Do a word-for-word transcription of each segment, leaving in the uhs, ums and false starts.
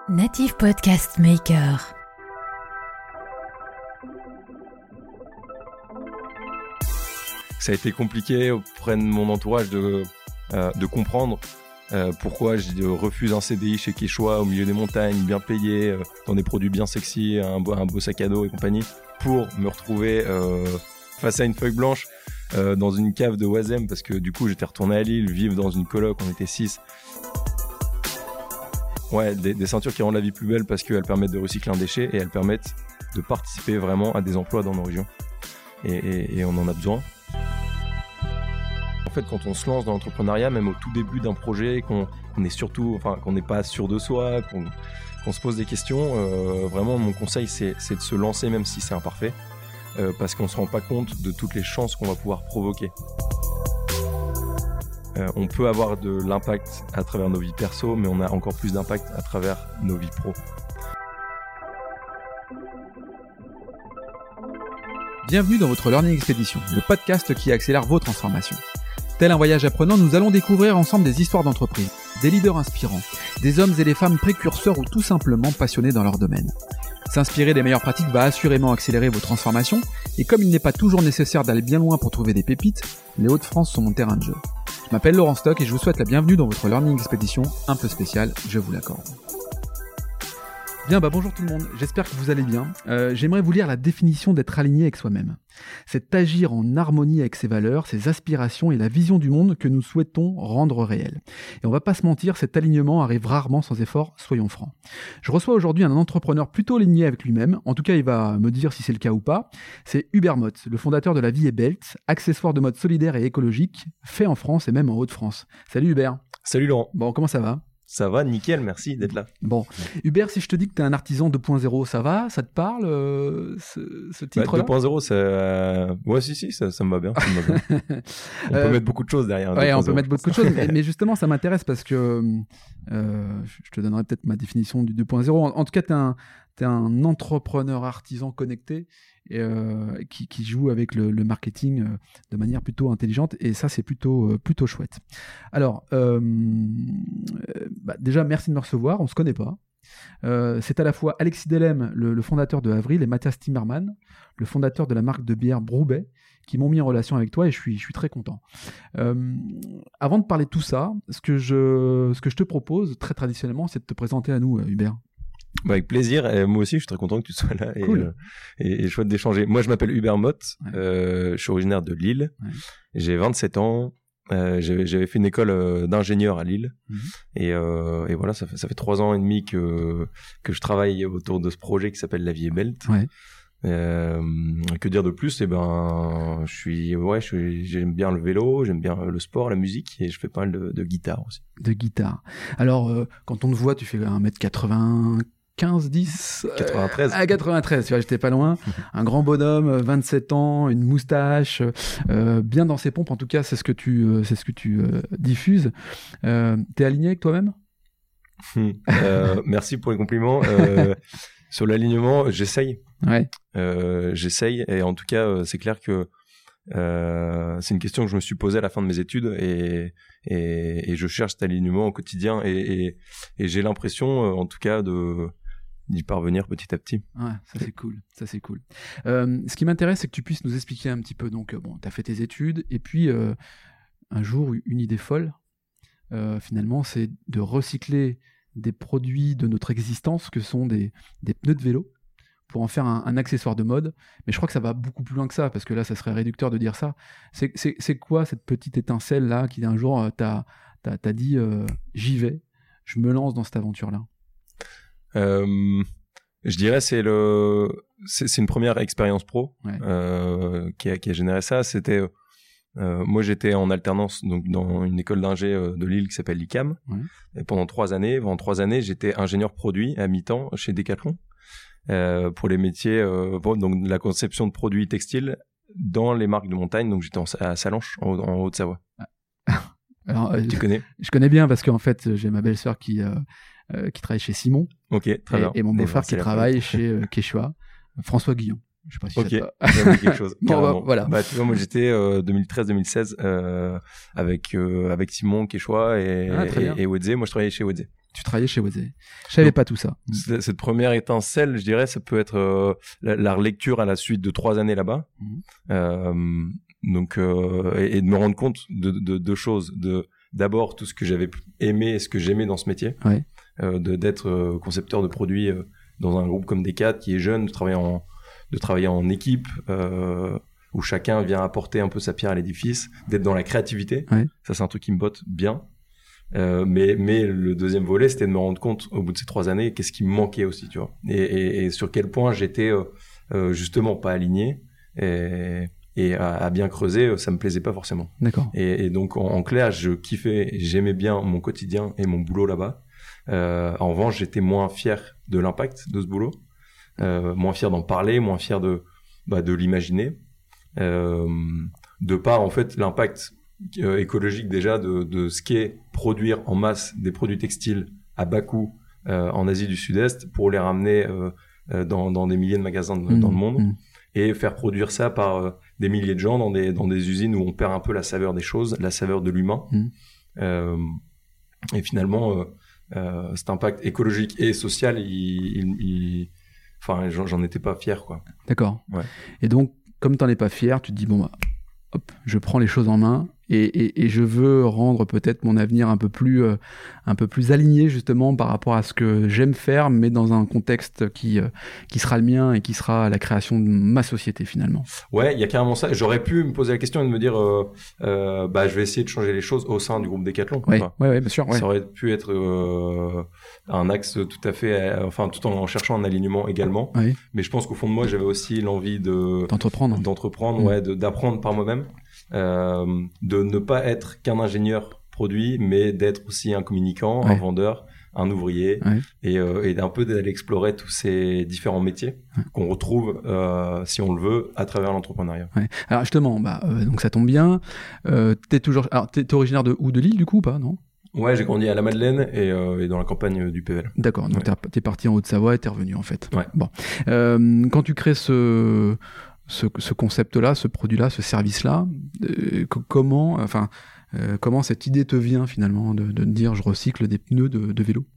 Native Podcast Maker. Ça a été compliqué auprès de mon entourage de, euh, de comprendre euh, pourquoi je refuse un C D I chez Quechua au milieu des montagnes, bien payé, euh, dans des produits bien sexy, un beau, un beau sac à dos et compagnie, pour me retrouver euh, face à une feuille blanche euh, dans une cave de Oisem, parce que du coup j'étais retourné à Lille, vivre dans une coloc, on était six. Ouais, des, des ceintures qui rendent la vie plus belle parce qu'elles permettent de recycler un déchet et elles permettent de participer vraiment à des emplois dans nos régions. Et, et, et on en a besoin. En fait, quand on se lance dans l'entrepreneuriat, même au tout début d'un projet, qu'on, qu'on est surtout, enfin, qu'on n'est pas sûr de soi, qu'on, qu'on se pose des questions, euh, vraiment, mon conseil, c'est, c'est de se lancer même si c'est imparfait, euh, parce qu'on ne se rend pas compte de toutes les chances qu'on va pouvoir provoquer. Euh, on peut avoir de l'impact à travers nos vies perso, mais on a encore plus d'impact à travers nos vies pro. Bienvenue dans votre Learning Expedition, le podcast qui accélère vos transformations. Tel un voyage apprenant, nous allons découvrir ensemble des histoires d'entreprise, des leaders inspirants, des hommes et des femmes précurseurs ou tout simplement passionnés dans leur domaine. S'inspirer des meilleures pratiques va assurément accélérer vos transformations, et comme il n'est pas toujours nécessaire d'aller bien loin pour trouver des pépites, les Hauts-de-France sont mon terrain de jeu. Je m'appelle Laurent Stock et je vous souhaite la bienvenue dans votre Learning Expedition un peu spéciale, je vous l'accorde. Bien, bah bonjour tout le monde, j'espère que vous allez bien. Euh, j'aimerais vous lire la définition d'être aligné avec soi-même. C'est agir en harmonie avec ses valeurs, ses aspirations et la vision du monde que nous souhaitons rendre réelle. Et on va pas se mentir, cet alignement arrive rarement sans effort, soyons francs. Je reçois aujourd'hui un entrepreneur plutôt aligné avec lui-même, en tout cas il va me dire si c'est le cas ou pas. C'est Hubert Motte, le fondateur de la Vie et Belt, accessoire de mode solidaire et écologique, fait en France et même en Hauts-de-France. Salut Hubert. Salut Laurent. Bon, comment ça va ? Ça va, nickel, merci d'être là. Bon, Hubert, si je te dis que tu es un artisan deux point zéro, ça va ? Ça te parle, euh, ce, ce titre-là ? Bah, deux point zéro, ça... Euh... Ouais, si, si, ça, ça me va bien. Ça me va bien. On euh, peut mettre beaucoup de choses derrière. Ouais, on peut mettre beaucoup de choses, mais, mais justement, ça m'intéresse parce que euh, je te donnerai peut-être ma définition du deux point zéro. En, en tout cas, tu es un, t'es un entrepreneur artisan connecté et, euh, qui, qui joue avec le, le marketing euh, de manière plutôt intelligente, et ça c'est plutôt, euh, plutôt chouette. Alors euh, bah, déjà merci de me recevoir, on se connaît pas. Euh, c'est à la fois Alexis Delem, le, le fondateur de Avril, et Mathias Timmerman, le fondateur de la marque de bière Broubet, qui m'ont mis en relation avec toi, et je suis, je suis très content. Euh, avant de parler de tout ça, ce que je, ce que je te propose très traditionnellement, c'est de te présenter à nous, Hubert. Bah avec plaisir, et moi aussi je suis très content que tu sois là. Cool. et, euh, et, et chouette d'échanger. Moi je m'appelle Hubert Motte, ouais. euh, je suis originaire de Lille, ouais. J'ai vingt-sept ans, euh, j'avais, j'avais fait une école euh, d'ingénieur à Lille, mmh. et, euh, et voilà, ça fait, ça fait trois ans et demi que, que je travaille autour de ce projet qui s'appelle La Vie et Belt. Ouais. Euh, que dire de plus ? Eh ben, je suis, ouais, je suis, j'aime bien le vélo, j'aime bien le sport, la musique, et je fais pas mal de, de guitare aussi. De guitare. Alors, euh, quand on te voit, tu fais un mètre quatre-vingt-quinze, dix quatre-vingt-treize. Euh, à quatre-vingt-treize, tu vois, j'étais pas loin. Un grand bonhomme, vingt-sept ans, une moustache, euh, bien dans ses pompes. En tout cas, c'est ce que tu, euh, c'est ce que tu euh, diffuses. Euh, t'es aligné avec toi-même ? euh, Merci pour les compliments. Euh, sur l'alignement, j'essaye. Ouais. Euh, j'essaye, et en tout cas, euh, c'est clair que euh, c'est une question que je me suis posée à la fin de mes études, et, et, et je cherche cet alignement au quotidien, et, et, et j'ai l'impression, euh, en tout cas, de d'y parvenir petit à petit. Ouais, ça c'est cool, ça c'est cool. Euh, ce qui m'intéresse, c'est que tu puisses nous expliquer un petit peu. Donc, bon, t'as fait tes études, et puis euh, un jour, une idée folle, euh, finalement, c'est de recycler des produits de notre existence, que sont des, des pneus de vélo, pour en faire un, un accessoire de mode. Mais je crois que ça va beaucoup plus loin que ça, parce que là, ça serait réducteur de dire ça. C'est, c'est, c'est quoi cette petite étincelle-là qui, d'un jour, euh, t'as, t'as, t'as dit euh, « j'y vais, je me lance dans cette aventure-là » euh, Je dirais c'est le c'est, c'est une première expérience pro, ouais. euh, qui, a, qui a généré ça. C'était... Euh, moi, j'étais en alternance donc dans une école d'ingé euh, de Lille qui s'appelle l'I C A M. Ouais. Et pendant trois années, pendant trois années, j'étais ingénieur produit à mi-temps chez Decathlon. Euh, pour les métiers, euh, pour, donc la conception de produits textiles dans les marques de montagne. Donc j'étais en, à Salanches, en, en Haute-Savoie. Alors, euh, tu je, connais ? Je connais bien parce qu'en fait, j'ai ma belle-sœur qui, euh, euh, qui travaille chez Simon. Ok, très et, bien. Et mon beau-frère qui travaille chez euh, Quechua, François Guillon. Je sais pas si ok, ça ça quelque chose. Bon, bah, voilà. Bah, tu vois, moi j'étais euh, deux mille treize deux mille seize euh, avec euh, avec Simon Quechua et ah, et, et Wedze. Moi je travaillais chez Wedze. tu travaillais chez Wazé. Je savais donc, pas tout ça. Cette première étincelle, je dirais, ça peut être euh, la, la relecture à la suite de trois années là-bas. Mmh. Euh, donc, euh, et, et de me rendre compte de deux de, de choses. De, d'abord, tout ce que j'avais aimé et ce que j'aimais dans ce métier. Ouais. Euh, de, d'être euh, concepteur de produits euh, dans un groupe comme Decat, qui est jeune, de travailler en, de travailler en équipe, euh, où chacun vient apporter un peu sa pierre à l'édifice, d'être dans la créativité. Ouais. Ça, c'est un truc qui me botte bien. Euh, mais, mais le deuxième volet, c'était de me rendre compte, au bout de ces trois années, qu'est-ce qui me manquait aussi, tu vois. Et, et, et sur quel point j'étais euh, euh, justement pas aligné. Et, et à, à bien creuser, ça me plaisait pas forcément. D'accord. Et, et donc, en, en clair, je kiffais, j'aimais bien mon quotidien et mon boulot là-bas. Euh, en revanche, j'étais moins fier de l'impact de ce boulot, euh, moins fier d'en parler, moins fier de, bah, de l'imaginer. Euh, de par, en fait, l'impact euh, écologique déjà de, de ce qu'est produire en masse des produits textiles à bas coût euh, en Asie du Sud-Est pour les ramener euh, euh, dans, dans des milliers de magasins de, mmh, dans le monde mmh. et faire produire ça par euh, des milliers de gens dans des, dans des usines où on perd un peu la saveur des choses, la saveur de l'humain. Mmh. Euh, et finalement... Euh, Euh, cet impact écologique et social, il, il, il... enfin, j'en, j'en étais pas fier, quoi. D'accord. Ouais. Et donc, comme t'en es pas fier, tu te dis bon bah, hop, je prends les choses en main et, et, et je veux rendre peut-être mon avenir un peu plus, euh, un peu plus aligné justement par rapport à ce que j'aime faire, mais dans un contexte qui, euh, qui sera le mien et qui sera la création de ma société finalement. Ouais, il y a carrément ça. J'aurais pu me poser la question et de me dire, euh, euh, bah, je vais essayer de changer les choses au sein du groupe Decathlon. Ouais, ouais, ouais, bien sûr. Ouais. Ça aurait pu être euh, un axe tout à fait, euh, enfin, tout en cherchant un alignement également. Ouais. Mais je pense qu'au fond de moi, j'avais aussi l'envie de d'entreprendre, d'entreprendre, mmh. ouais, de, d'apprendre par moi-même. Euh, de ne pas être qu'un ingénieur produit, mais d'être aussi un communicant, ouais. un vendeur, un ouvrier, ouais. et, euh, et d'un peu d'aller explorer tous ces différents métiers ouais. qu'on retrouve, euh, si on le veut, à travers l'entrepreneuriat. Ouais. Alors justement, bah, euh, donc ça tombe bien. Euh, t'es toujours, alors t'es, t'es originaire de où, de Lille du coup, ou pas, non? Ouais, j'ai grandi à la Madeleine et, euh, et dans la campagne du P V L. D'accord, donc ouais. t'es, t'es parti en Haute-Savoie et t'es revenu en fait. Ouais. Bon, euh, quand tu crées ce Ce, ce concept-là, ce produit-là, ce service-là, euh, comment, enfin, euh, comment cette idée te vient finalement de, de dire je recycle des pneus de, de vélo?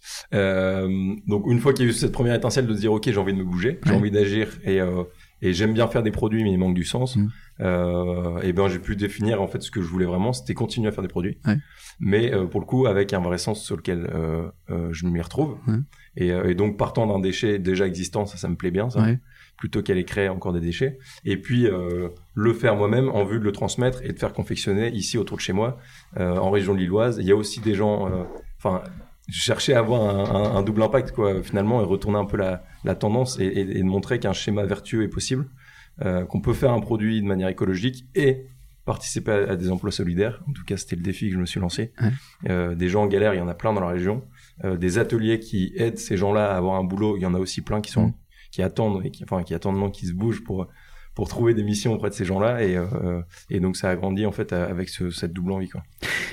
euh, Donc une fois qu'il y a eu cette première étincelle de dire ok, j'ai envie de me bouger, j'ai ouais. envie d'agir et, euh, et j'aime bien faire des produits mais il manque du sens. Mmh. Euh, et ben j'ai pu définir en fait ce que je voulais vraiment, c'était continuer à faire des produits, ouais. mais euh, pour le coup avec un vrai sens sur lequel euh, euh, je m'y retrouve. Ouais. Et, euh, et donc partant d'un déchet déjà existant, ça, ça me plaît bien ça. Ouais. Plutôt qu'aller créer encore des déchets, et puis euh, le faire moi-même en vue de le transmettre et de faire confectionner ici autour de chez moi, euh, en région lilloise. Il y a aussi des gens, enfin, euh, je cherchais à avoir un, un, un double impact, quoi, finalement, et retourner un peu la, la tendance et, et, et de montrer qu'un schéma vertueux est possible, euh, qu'on peut faire un produit de manière écologique et participer à, à des emplois solidaires. En tout cas, c'était le défi que je me suis lancé. Ouais. Euh, des gens en galère, il y en a plein dans la région. Euh, des ateliers qui aident ces gens-là à avoir un boulot, il y en a aussi plein qui sont... Mmh. qui attendent et qui enfin qui attendent non qui se bougent pour pour trouver des missions auprès de ces gens-là et euh, et donc ça a grandi en fait avec ce, cette double envie, quoi.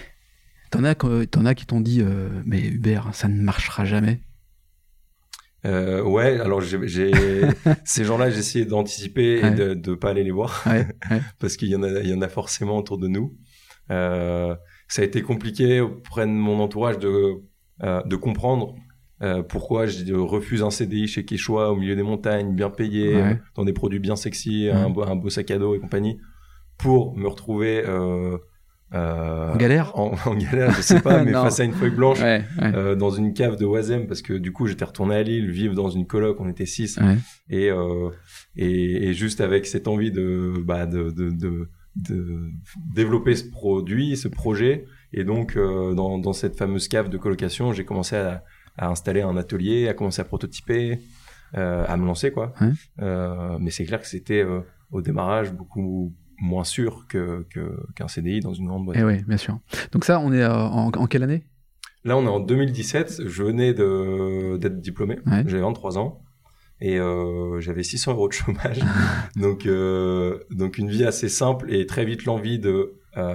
T'en as t'en as qui t'ont dit euh, mais Hubert, ça ne marchera jamais. Euh, ouais, alors j'ai, j'ai ces gens-là, j'ai essayé d'anticiper ouais. et de de pas aller les voir ouais, ouais. parce qu'il y en a il y en a forcément autour de nous. Euh, ça a été compliqué auprès de mon entourage de euh, de comprendre Euh, pourquoi je refuse un C D I chez Quechua au milieu des montagnes, bien payé, ouais. dans des produits bien sexy, ouais. un, beau, un beau sac à dos et compagnie, pour me retrouver euh, euh, en galère en, en galère, je sais pas, mais face à une feuille blanche, ouais, ouais. Euh, dans une cave de Oisem, parce que du coup j'étais retourné à Lille, vivre dans une coloc, on était six, ouais. et, euh, et et juste avec cette envie de bah de de de, de développer ce produit, ce projet, et donc euh, dans dans cette fameuse cave de colocation, j'ai commencé à à installer un atelier, à commencer à prototyper, euh, à me lancer, quoi. Ouais. Euh, mais c'est clair que c'était euh, au démarrage beaucoup moins sûr que, que qu'un C D I dans une grande boîte. Eh oui, bien sûr. Donc ça, on est euh, en, en quelle année ? Là, on est en deux mille dix-sept. Je venais de d'être diplômé. Ouais. J'avais vingt-trois ans et euh, j'avais six cents euros de chômage. donc euh, donc une vie assez simple et très vite l'envie de euh,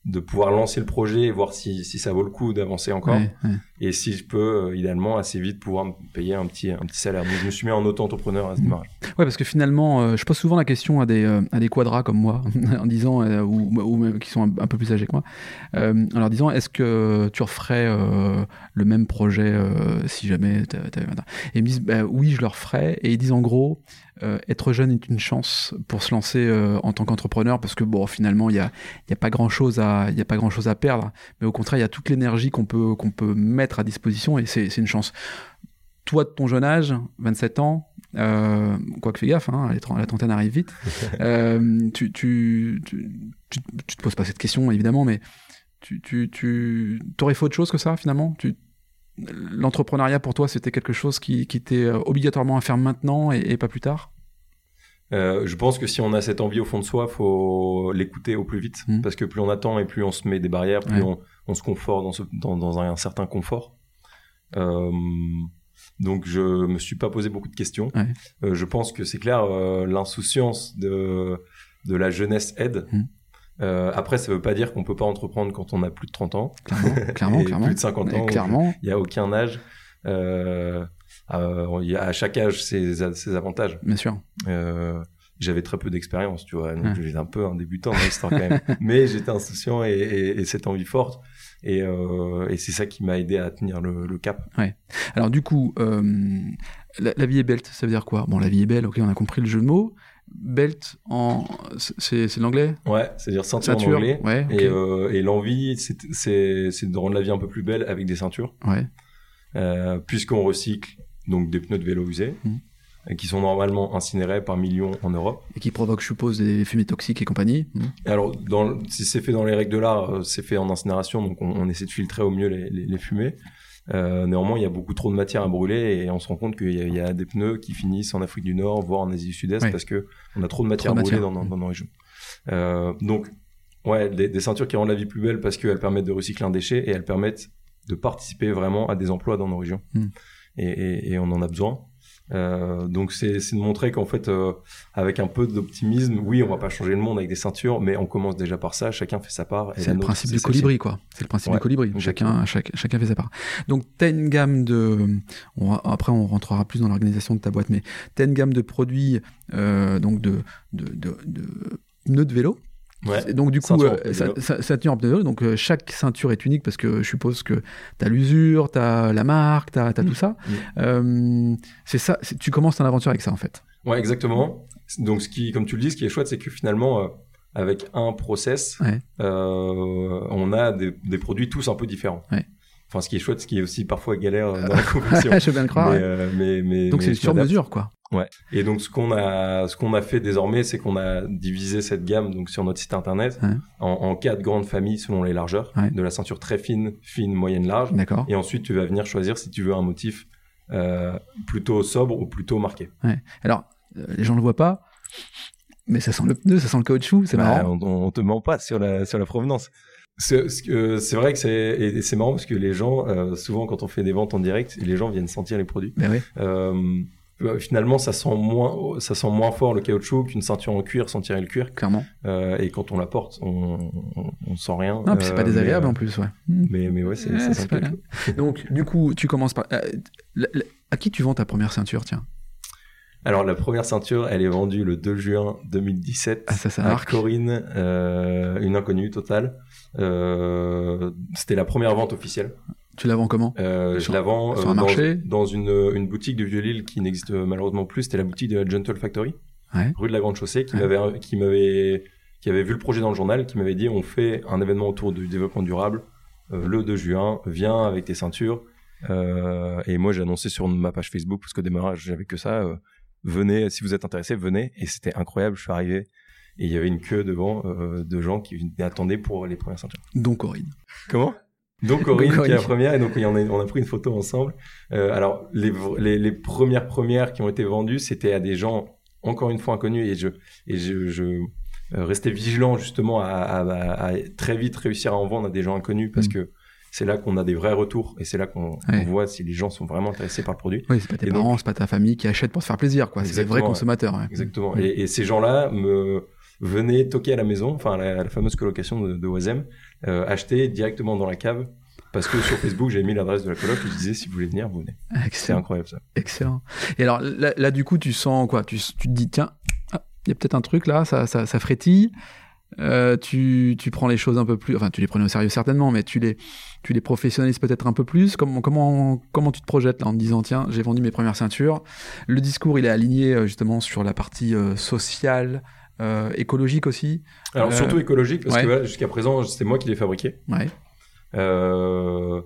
de pouvoir lancer le projet et voir si, si ça vaut le coup d'avancer encore. Ouais, ouais. Et si je peux, euh, idéalement, assez vite pouvoir me payer un petit, un petit salaire. Donc, je me suis mis en auto-entrepreneur à ce démarrage. Ouais, parce que finalement, euh, je pose souvent la question à des, euh, à des quadras comme moi, en disant, euh, ou, ou même qui sont un, un peu plus âgés que moi, euh, en leur disant, est-ce que tu referais euh, le même projet euh, si jamais t'avais vingt ans ? Et ils me disent, bah, oui, je le referais. Et ils disent, en gros, euh, être jeune est une chance pour se lancer euh, en tant qu'entrepreneur, parce que bon, finalement, il n'y a, y a pas grand-chose à, il y a pas grand-chose à perdre. Mais au contraire, il y a toute l'énergie qu'on peut, qu'on peut mettre à disposition, et c'est, c'est une chance. Toi, de ton jeune âge, vingt-sept ans, euh, quoique fais gaffe, hein, la trentaine arrive vite, euh, tu, tu, tu, tu, tu te poses pas cette question, évidemment, mais tu, tu, tu t'aurais fait autre chose que ça, finalement tu, l'entrepreneuriat, pour toi, c'était quelque chose qui, qui était obligatoirement à faire maintenant et, et pas plus tard ? Euh, je pense que si on a cette envie au fond de soi, faut l'écouter au plus vite, mmh. parce que plus on attend et plus on se met des barrières, plus ouais. on, on se conforte dans, ce, dans, dans un, un certain confort. Euh, donc je me suis pas posé beaucoup de questions. Ouais. Euh, je pense que c'est clair, euh, l'insouciance de, de la jeunesse aide. Mmh. Euh, après, ça veut pas dire qu'on peut pas entreprendre quand on a plus de trente ans. Clairement, clairement, et clairement. Plus de cinquante ans. Clairement. Il y a aucun âge. Euh, euh, y a à chaque âge ses, ses avantages. Bien sûr. Euh, j'avais très peu d'expérience, tu vois, donc ouais. j'étais un peu un débutant dans l'histoire quand même. Mais j'étais insouciant et, et, et cette envie forte. Et, euh, et c'est ça qui m'a aidé à tenir le, le cap. Ouais. Alors du coup, euh, la, la vie est belle, ça veut dire quoi ? Bon, la vie est belle, ok, on a compris le jeu de mots. Belt, en... c'est, c'est de l'anglais ? Ouais, c'est-à-dire ceinture, ceinture en anglais. Ouais, okay. Et, euh, et l'envie, c'est, c'est, c'est de rendre la vie un peu plus belle avec des ceintures. Ouais. Euh, puisqu'on recycle donc des pneus de vélo usés, mmh. qui sont normalement incinérés par millions en Europe. Et qui provoquent, je suppose, des fumées toxiques et compagnie. Mmh. Alors, dans, si c'est fait dans les règles de l'art, c'est fait en incinération, donc on, on essaie de filtrer au mieux les, les, les fumées. Euh, néanmoins, il y a beaucoup trop de matière à brûler et on se rend compte qu'il y a, il y a des pneus qui finissent en Afrique du Nord, voire en Asie du Sud-Est, ouais. parce que on a trop de matière trop à brûler matière. Dans, dans, dans nos régions. Euh, donc, ouais, des, des ceintures qui rendent la vie plus belle parce qu'elles permettent de recycler un déchet et elles permettent de participer vraiment à des emplois dans nos régions. Mmh. Et, et, et on en a besoin. Euh, donc c'est, c'est de montrer qu'en fait, euh, avec un peu d'optimisme, oui, on va pas changer le monde avec des ceintures, mais on commence déjà par ça. Chacun fait sa part. Et c'est le nôtre, principe c'est du colibri, quoi. C'est le principe ouais, du colibri. Chacun, chaque, chacun fait sa part. Donc t'as une gamme de. On va, après, on rentrera plus dans l'organisation de ta boîte, mais t'as une gamme de produits, euh, donc de de de, de pneus de vélo. Ouais. Donc du coup, euh, ça, ça, ça tient en pneu. Donc euh, chaque ceinture est unique parce que je suppose que t'as l'usure, t'as la marque, t'as, t'as mmh. tout ça. Mmh. Euh, c'est ça. C'est, tu commences ton aventure avec ça en fait. Ouais, exactement. Donc ce qui, comme tu le dis, ce qui est chouette, c'est que finalement, euh, avec un process, ouais. euh, on a des, des produits tous un peu différents. Ouais. Enfin, ce qui est chouette, ce qui est aussi parfois galère dans la confection. Je veux bien le croire. Mais, ouais. euh, mais, mais, donc mais c'est sur mesure, quoi. Ouais. Et donc ce qu'on a, ce qu'on a fait désormais, c'est qu'on a divisé cette gamme donc sur notre site internet ouais. en, en quatre grandes familles selon les largeurs, ouais. de la ceinture très fine, fine, moyenne, large. D'accord. Et ensuite tu vas venir choisir si tu veux un motif euh, plutôt sobre ou plutôt marqué. Ouais. Alors euh, les gens ne le voient pas, mais ça sent le pneu, ça sent le caoutchouc, c'est bah, marrant. On, on te ment pas sur la sur la provenance. C'est, c'est vrai que c'est, et c'est marrant parce que les gens, euh, souvent quand on fait des ventes en direct, les gens viennent sentir les produits. Ben oui. Euh, finalement, ça sent moins, ça sent moins fort le caoutchouc qu'une ceinture en cuir sentirait le cuir. Clairement. Euh, et quand on la porte, on, on, on sent rien. Non, puis c'est pas euh, désagréable mais, en plus, ouais. Mais, mais ouais, c'est, ouais, ça sent pas Donc, du coup, tu commences par, euh, à qui tu vends ta première ceinture, tiens? Alors, la première ceinture, elle est vendue le deux juin deux mille dix-sept. Ah, ça, ça à marque. Corinne, euh, une inconnue totale. Euh, c'était la première vente officielle. Tu la vends comment? euh, Je la vends sur euh, un dans, marché dans une, une boutique de Vieux-Lille qui n'existe malheureusement plus. C'était la boutique de la Gentle Factory, ouais. rue de la Grande Chaussée, qui ouais. m'avait, qui m'avait, qui avait vu le projet dans le journal, qui m'avait dit on fait un événement autour du développement durable euh, le deux juin. Viens avec tes ceintures. Euh, et moi, j'ai annoncé sur ma page Facebook parce qu'au démarrage, j'avais que ça. Euh, venez, si vous êtes intéressés, venez. Et c'était incroyable. Je suis arrivé. Et il y avait une queue devant euh, de gens qui attendaient pour les premières ceintures. Donc Corinne. Comment? Donc Corinne, qui est la première, et donc on a, on a pris une photo ensemble. Euh, alors les, les, les premières premières qui ont été vendues, c'était à des gens encore une fois inconnus, et je et je, je euh, restais vigilant justement à, à, à, à très vite réussir à en vendre à des gens inconnus parce mmh. que c'est là qu'on a des vrais retours et c'est là qu'on ouais. on voit si les gens sont vraiment intéressés par le produit. Oui, c'est pas tes et parents, donc, c'est pas ta famille qui achète pour se faire plaisir, quoi. C'est des vrais consommateurs. Ouais. Exactement. Mmh. Et, et ces gens-là me venaient toquer à la maison, enfin la, la fameuse colocation de, de Oisem, euh, acheter directement dans la cave. Parce que sur Facebook, j'avais mis l'adresse de la coloc et je disais si vous voulez venir, vous venez. C'est incroyable ça. Excellent. Et alors là, là du coup, tu sens quoi? tu, tu te dis tiens, il ah, y a peut-être un truc là, ça, ça, ça frétille. Euh, tu, tu prends les choses un peu plus, enfin tu les prenais au sérieux certainement, mais tu les, tu les professionnalises peut-être un peu plus. Comment, comment, comment tu te projettes là en te disant tiens, j'ai vendu mes premières ceintures. Le discours, il est aligné justement sur la partie euh, sociale, euh, écologique aussi. Alors euh, surtout écologique parce ouais. que voilà, jusqu'à présent, c'est moi qui les fabriquais. Ouais. Euh,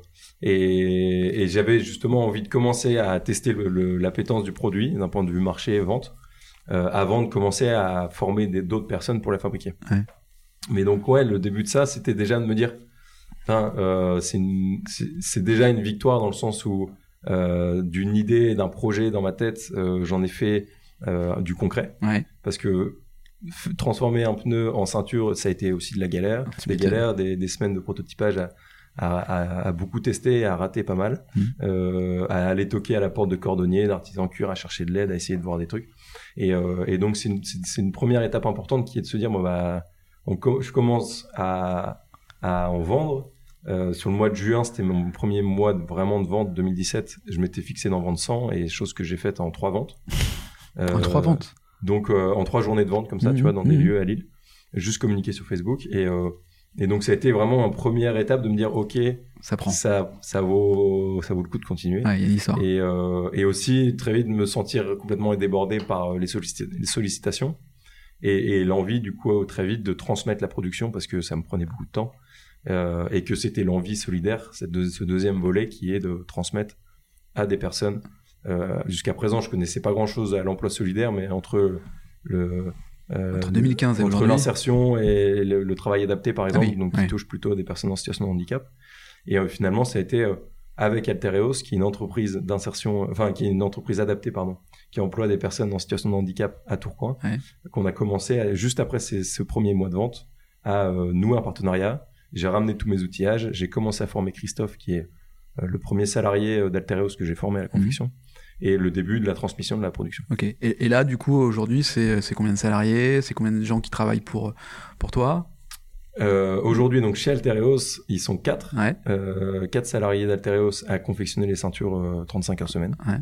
et, et j'avais justement envie de commencer à tester le, le, l'appétence du produit d'un point de vue marché et vente euh, avant de commencer à former des, d'autres personnes pour la fabriquer. Ouais. Mais donc ouais, le début de ça, c'était déjà de me dire, enfin, euh, c'est, une, c'est, c'est déjà une victoire dans le sens où euh, d'une idée, d'un projet dans ma tête, euh, j'en ai fait euh, du concret. Ouais. Parce que f- transformer un pneu en ceinture, ça a été aussi de la galère, C'est des métier. galères, des, des semaines de prototypage à À, à, à beaucoup tester, à rater pas mal, mmh. euh, à aller toquer à la porte de cordonniers, d'artisans cuir, à chercher de l'aide, à essayer de voir des trucs. Et, euh, et donc c'est une, c'est, c'est une première étape importante qui est de se dire bon bah, on co- je commence à, à en vendre. Euh, sur le mois de juin, c'était mon premier mois de, vraiment de vente deux mille dix-sept. Je m'étais fixé d'en vendre cent et chose que j'ai faite en trois ventes. En Euh, trois ventes. Donc euh, en trois journées de vente comme ça, mmh, tu vois, dans mmh. des lieux à Lille, juste communiquer sur Facebook et euh, Et donc, ça a été vraiment une première étape de me dire, OK, ça prend. Ça, ça vaut, ça vaut le coup de continuer. Ah, il y a une histoire. Et, euh, et aussi, très vite, me sentir complètement débordé par les, sollicita- les sollicitations et, et l'envie, du coup, très vite de transmettre la production parce que ça me prenait beaucoup de temps euh, et que c'était l'envie solidaire, cette deux, ce deuxième volet qui est de transmettre à des personnes. Euh, jusqu'à présent, je connaissais pas grand-chose à l'emploi solidaire, mais entre le... Euh, entre deux mille quinze et entre aujourd'hui. l'insertion et le, le travail adapté par exemple, ah oui, donc ouais. qui touche plutôt des personnes en situation de handicap. Et euh, finalement, ça a été euh, avec Altereos, qui est une entreprise d'insertion, enfin qui est une entreprise adaptée, pardon, qui emploie des personnes en situation de handicap à Tourcoing, ouais. qu'on a commencé à, juste après ces, ce premier mois de vente à euh, nouer un partenariat. J'ai ramené tous mes outillages, j'ai commencé à former Christophe, qui est euh, le premier salarié euh, d'Altereos que j'ai formé à la confection. Mmh. Et le début de la transmission de la production. Ok. Et, et là, du coup, aujourd'hui, c'est, c'est combien de salariés? C'est combien de gens qui travaillent pour, pour toi? euh, Aujourd'hui, donc chez Altereos, ils sont quatre. Ouais. Euh, quatre salariés d'Altereos à confectionner les ceintures euh, trente-cinq heures semaine. Ouais.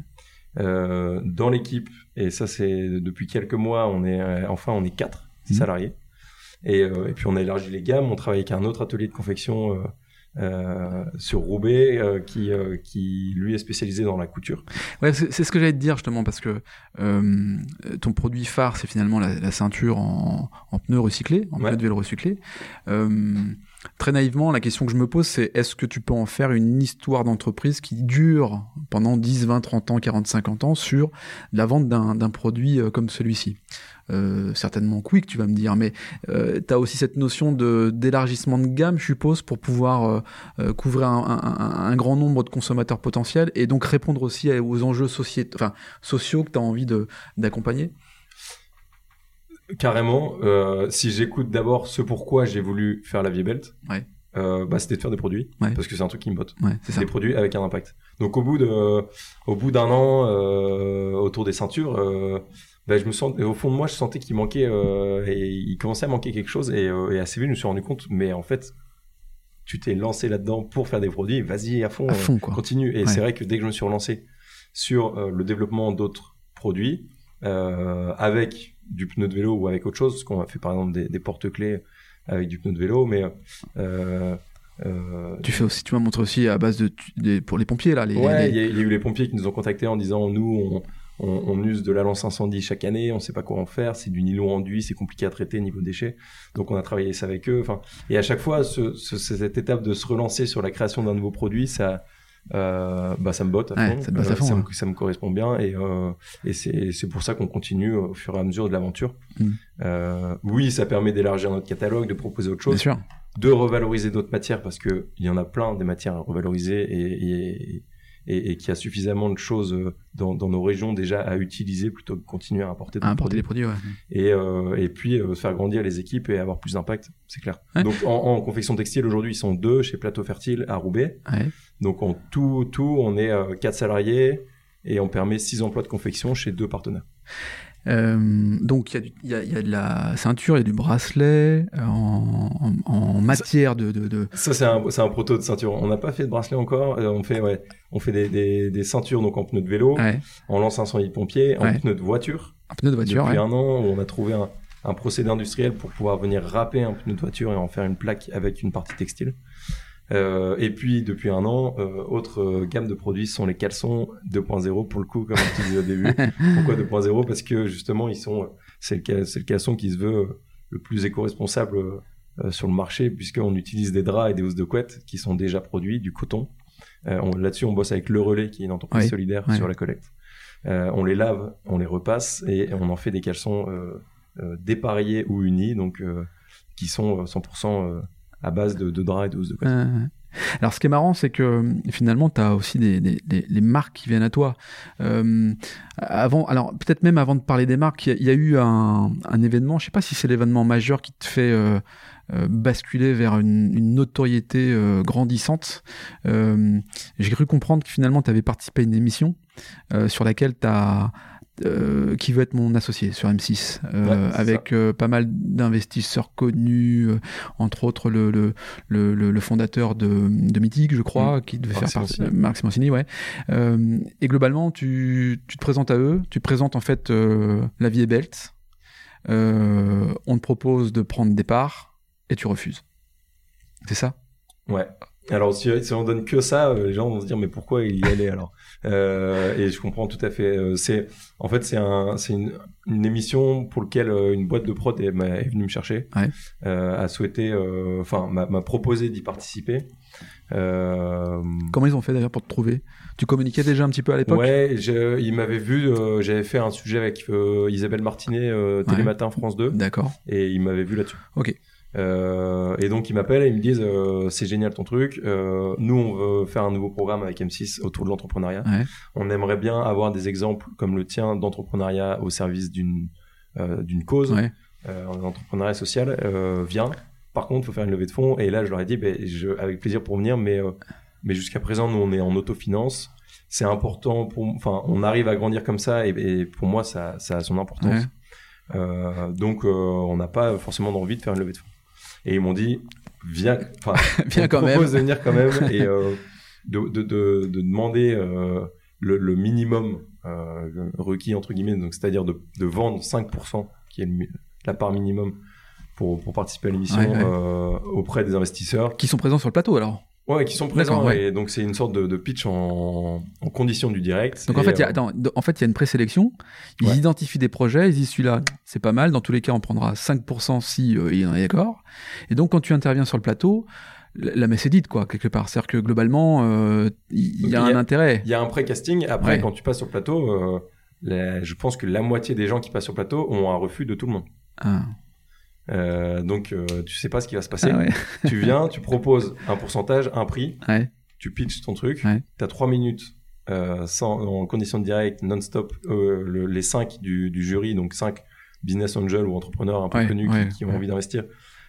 Euh, dans l'équipe, et ça c'est depuis quelques mois, on est euh, enfin on est quatre mmh. salariés. Et, euh, et puis on a élargi les gammes. On travaille avec un autre atelier de confection. Euh, Euh, sur Roubaix euh, qui euh, qui lui est spécialisé dans la couture. Ouais, c'est, c'est ce que j'allais te dire justement parce que euh, ton produit phare c'est finalement la, la ceinture en, en pneus recyclés, en ouais. pneus de vélo recyclés. Euh, très naïvement, la question que je me pose c'est est-ce que tu peux en faire une histoire d'entreprise qui dure pendant dix, vingt, trente ans, quarante, cinquante ans sur la vente d'un, d'un produit euh, comme celui-ci? Euh, certainement quick, tu vas me dire, mais euh, tu as aussi cette notion de, d'élargissement de gamme, je suppose, pour pouvoir euh, euh, couvrir un, un, un grand nombre de consommateurs potentiels et donc répondre aussi aux enjeux sociét- enfin, sociaux que tu as envie de, d'accompagner. Carrément. Euh, si j'écoute d'abord ce pourquoi j'ai voulu faire la Viebelt, ouais. euh, bah, c'était de faire des produits, ouais. parce que c'est un truc qui me botte. Ouais, c'est ça. Des produits avec un impact. Donc au bout, de, au bout d'un an, euh, autour des ceintures, euh, ben, je me sens, au fond de moi, je sentais qu'il manquait, euh, et il commençait à manquer quelque chose, et, euh, et assez vite, je me suis rendu compte, mais en fait, tu t'es lancé là-dedans pour faire des produits, vas-y à fond, à fond quoi. Euh, continue. Et ouais. c'est vrai que dès que je me suis relancé sur euh, le développement d'autres produits, euh, avec du pneu de vélo ou avec autre chose, parce qu'on a fait par exemple des, des porte-clés avec du pneu de vélo, mais euh, Euh, tu fais aussi, tu m'as montré aussi à base de, de pour les pompiers là. Les, ouais, il les... y, y a eu les pompiers qui nous ont contactés en disant nous on, on, on use de la lance incendie chaque année, on sait pas quoi en faire, c'est du nylon enduit, c'est compliqué à traiter niveau déchets, donc on a travaillé ça avec eux. Enfin, et à chaque fois ce, ce, cette étape de se relancer sur la création d'un nouveau produit, ça euh, bah ça me botte à fond, ouais, ça, botte à fond euh, ça, hein. me, ça me correspond bien et, euh, et c'est, c'est pour ça qu'on continue au fur et à mesure de l'aventure. Mm. Euh, oui, ça permet d'élargir notre catalogue, de proposer autre chose. Bien sûr. De revaloriser d'autres matières parce que il y en a plein des matières à revaloriser et, et, et, et qu'il y a suffisamment de choses dans, dans nos régions déjà à utiliser plutôt que de continuer à importer, à importer des produits. Ouais. Et, euh, et puis euh, faire grandir les équipes et avoir plus d'impact, c'est clair. Ouais. Donc en, en confection textile aujourd'hui ils sont deux chez Plateau Fertile à Roubaix. Ouais. Donc en tout tout on est euh, quatre salariés et on permet six emplois de confection chez deux partenaires. Euh, donc il y, y, y a de la ceinture, il y a du bracelet en, en, en matière de, de, de... Ça c'est un, c'est un proto de ceinture. On n'a pas fait de bracelet encore. On fait, ouais, on fait des, des, des ceintures donc en pneus de vélo, ouais. en lance-incendie de pompier, en ouais. pneus de voiture. Un pneu de voiture, Depuis ouais. un an, on a trouvé un, un procédé industriel pour pouvoir venir râper un pneu de voiture et en faire une plaque avec une partie textile. Euh, et puis depuis un an, euh, autre euh, gamme de produits sont les caleçons deux point zéro pour le coup, comme tu disais au début. Pourquoi deux point zéro? Parce que justement, ils sont, c'est le, c'est le caleçon qui se veut le plus éco-responsable euh, sur le marché, puisqu'on utilise des draps et des housses de couette qui sont déjà produits, du coton. Euh, on, là-dessus, on bosse avec Le Relais, qui est une entreprise oui. solidaire oui. sur la collecte. Euh, on les lave, on les repasse et on en fait des caleçons euh, euh, dépareillés ou unis, donc euh, qui sont cent pour cent euh, à base de, de draps et de housses de couette. Euh, alors, ce qui est marrant, c'est que finalement, tu as aussi des, des, des, des marques qui viennent à toi. Euh, avant, alors, peut-être même avant de parler des marques, il y, y a eu un, un événement, je ne sais pas si c'est l'événement majeur qui te fait euh, euh, basculer vers une, une notoriété euh, grandissante. Euh, j'ai cru comprendre que finalement, tu avais participé à une émission euh, sur laquelle tu as... Euh, qui veut être mon associé sur M six, euh, ouais, avec euh, pas mal d'investisseurs connus, euh, entre autres le, le, le, le fondateur de, de Mythique, je crois, mmh. qui devait Marc faire partie, euh, Marc Simoncini, ouais. Euh, et globalement, tu, tu te présentes à eux, tu présentes en fait euh, La vie est belle, euh, on te propose de prendre des parts et tu refuses. C'est ça? Ouais. Alors si, si on donne que ça, les gens vont se dire mais pourquoi il y allait alors? euh, Et je comprends tout à fait. C'est en fait c'est un c'est une, une émission pour laquelle une boîte de prod est, est venue me chercher, ouais. euh, a souhaité, enfin euh, m'a, m'a proposé d'y participer. Euh... Comment ils ont fait d'ailleurs pour te trouver? Tu communiquais déjà un petit peu à l'époque? Ouais, je, ils m'avaient vu. Euh, j'avais fait un sujet avec euh, Isabelle Martinet, euh, Télématin ouais. France deux. D'accord. Et ils m'avaient vu là-dessus. Ok. Euh, et donc ils m'appellent et ils me disent euh, c'est génial ton truc, euh, nous on veut faire un nouveau programme avec M six autour de l'entrepreneuriat, ouais. on aimerait bien avoir des exemples comme le tien d'entrepreneuriat au service d'une, euh, d'une cause, ouais. euh, en entrepreneuriat social, euh, viens, par contre il faut faire une levée de fonds. Et là je leur ai dit bah, je, avec plaisir pour venir, mais, euh, mais jusqu'à présent nous on est en autofinance, c'est important pour, enfin on arrive à grandir comme ça et, et pour moi ça, ça a son importance, ouais. euh, donc euh, on n'a pas forcément envie de faire une levée de fonds. Et ils m'ont dit, viens, enfin, viens quand même. propose de venir quand même et euh, de, de, de, de demander euh, le, le minimum euh, requis, entre guillemets, donc, c'est-à-dire de, de vendre cinq pour cent, qui est le, la part minimum pour, pour participer à l'émission, ouais, ouais. Euh, auprès des investisseurs. Qui sont présents sur le plateau alors? Ouais, qui sont présents. Ouais. Et donc, c'est une sorte de, de pitch en, en condition du direct. Donc, en fait, il euh... y a, en fait, il y a une présélection. Ils ouais. identifient des projets. Ils disent, celui-là, c'est pas mal. Dans tous les cas, on prendra cinq pour cent si euh, il en est d'accord. Et donc, quand tu interviens sur le plateau, la messe est dite, quoi, quelque part. C'est-à-dire que, globalement, euh, il y a un a, intérêt. Il y a un pré-casting. Après, ouais. quand tu passes sur le plateau, euh, la, je pense que la moitié des gens qui passent sur le plateau ont un refus de tout le monde. Ah. Euh, donc, euh, tu sais pas ce qui va se passer. Ah ouais. Tu viens, tu proposes un pourcentage, un prix. Ouais. Tu pitches ton truc, ouais. tu as trois minutes euh, sans, en condition de direct, non-stop, euh, le, les cinq du, du jury, donc cinq business angels ou entrepreneurs un peu ouais, connus ouais, qui, qui ont ouais. envie d'investir,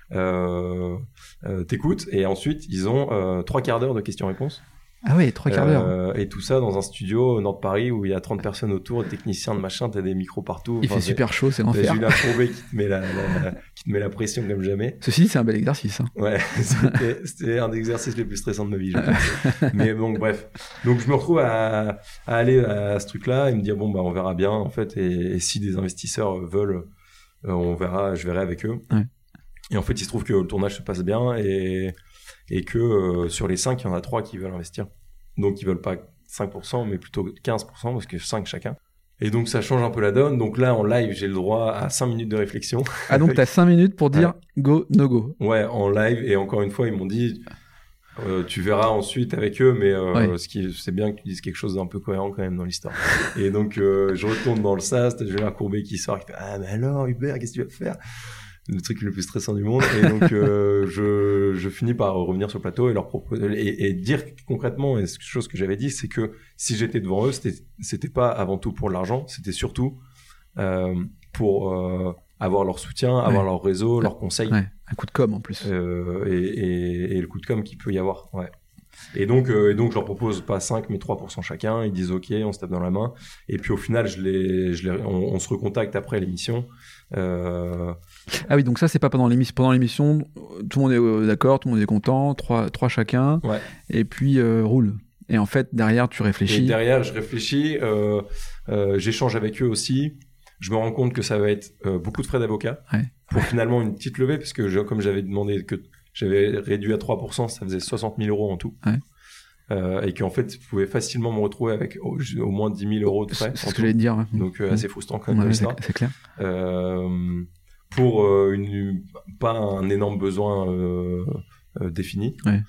euh, euh, t'écoutent et ensuite ils ont euh, trois quarts d'heure de questions-réponses. Ah oui, trois quarts d'heure. Euh, et tout ça dans un studio au nord de Paris où il y a trente personnes autour, des techniciens de machin, t'as des micros partout. Il enfin, fait super chaud, c'est l'enfer. T'as Julien Courbet qui te met la, la, la, qui te met la pression comme jamais. Ceci, c'est un bel exercice. Hein. Ouais, c'était, c'était un des exercices les plus stressants de ma vie. Je pense. Mais donc bref, donc je me retrouve à, à aller à ce truc-là et me dire bon bah on verra bien en fait et, et si des investisseurs veulent, euh, on verra, je verrai avec eux. Ouais. Et en fait, il se trouve que le tournage se passe bien et et que euh, sur les cinq, il y en a trois qui veulent investir. Donc, ils veulent pas cinq pour cent, mais plutôt quinze pour cent, parce que cinq chacun. Et donc, ça change un peu la donne. Donc là, en live, j'ai le droit à cinq minutes de réflexion. Ah, donc t'as cinq minutes pour dire ouais. go, no go. Ouais, en live. Et encore une fois, ils m'ont dit, euh, tu verras ensuite avec eux, mais euh, ouais. ce qui, c'est bien que tu dises quelque chose d'un peu cohérent quand même dans l'histoire. Et donc, euh, je retourne dans le S A S, t'as Julien Courbet qui sort, qui fait, ah, mais alors, Hubert, qu'est-ce que tu vas faire? Le truc le plus stressant du monde. Et donc, euh, je, je finis par revenir sur le plateau et leur proposer, et, et dire concrètement, et quelque chose que j'avais dit, c'est que si j'étais devant eux, c'était, c'était pas avant tout pour l'argent, c'était surtout, euh, pour, euh, avoir leur soutien, ouais. avoir leur réseau, ouais. leurs conseils. Ouais. Un coup de com' en plus. Euh, et, et, et le coup de com' qu'il peut y avoir, ouais. Et donc, euh, et donc, je leur propose pas cinq, mais trois pour cent chacun. Ils disent OK, on se tape dans la main. Et puis, au final, je les, je les, on, on se recontacte après l'émission. Euh... Ah oui, donc ça, c'est pas pendant l'émission. Pendant l'émission, tout le monde est euh, d'accord, tout le monde est content, trois, trois chacun. Ouais. Et puis, euh, roule. Et en fait, derrière, tu réfléchis. Et derrière, je réfléchis. Euh, euh, j'échange avec eux aussi. Je me rends compte que ça va être euh, beaucoup de frais d'avocat. Ouais. Pour finalement une petite levée, parce que je, comme j'avais demandé que j'avais réduit à trois pour cent, ça faisait soixante mille euros en tout. Ouais. Euh, et qu'en fait, je pouvais facilement me retrouver avec au, au moins dix mille euros de frais. C'est ce que j'allais te dire. Ouais. Donc, euh, assez frustrant quand même. Ouais, ça. c'est, c'est clair. Euh, pour euh, une, pas un énorme besoin euh, euh, défini. Ouais.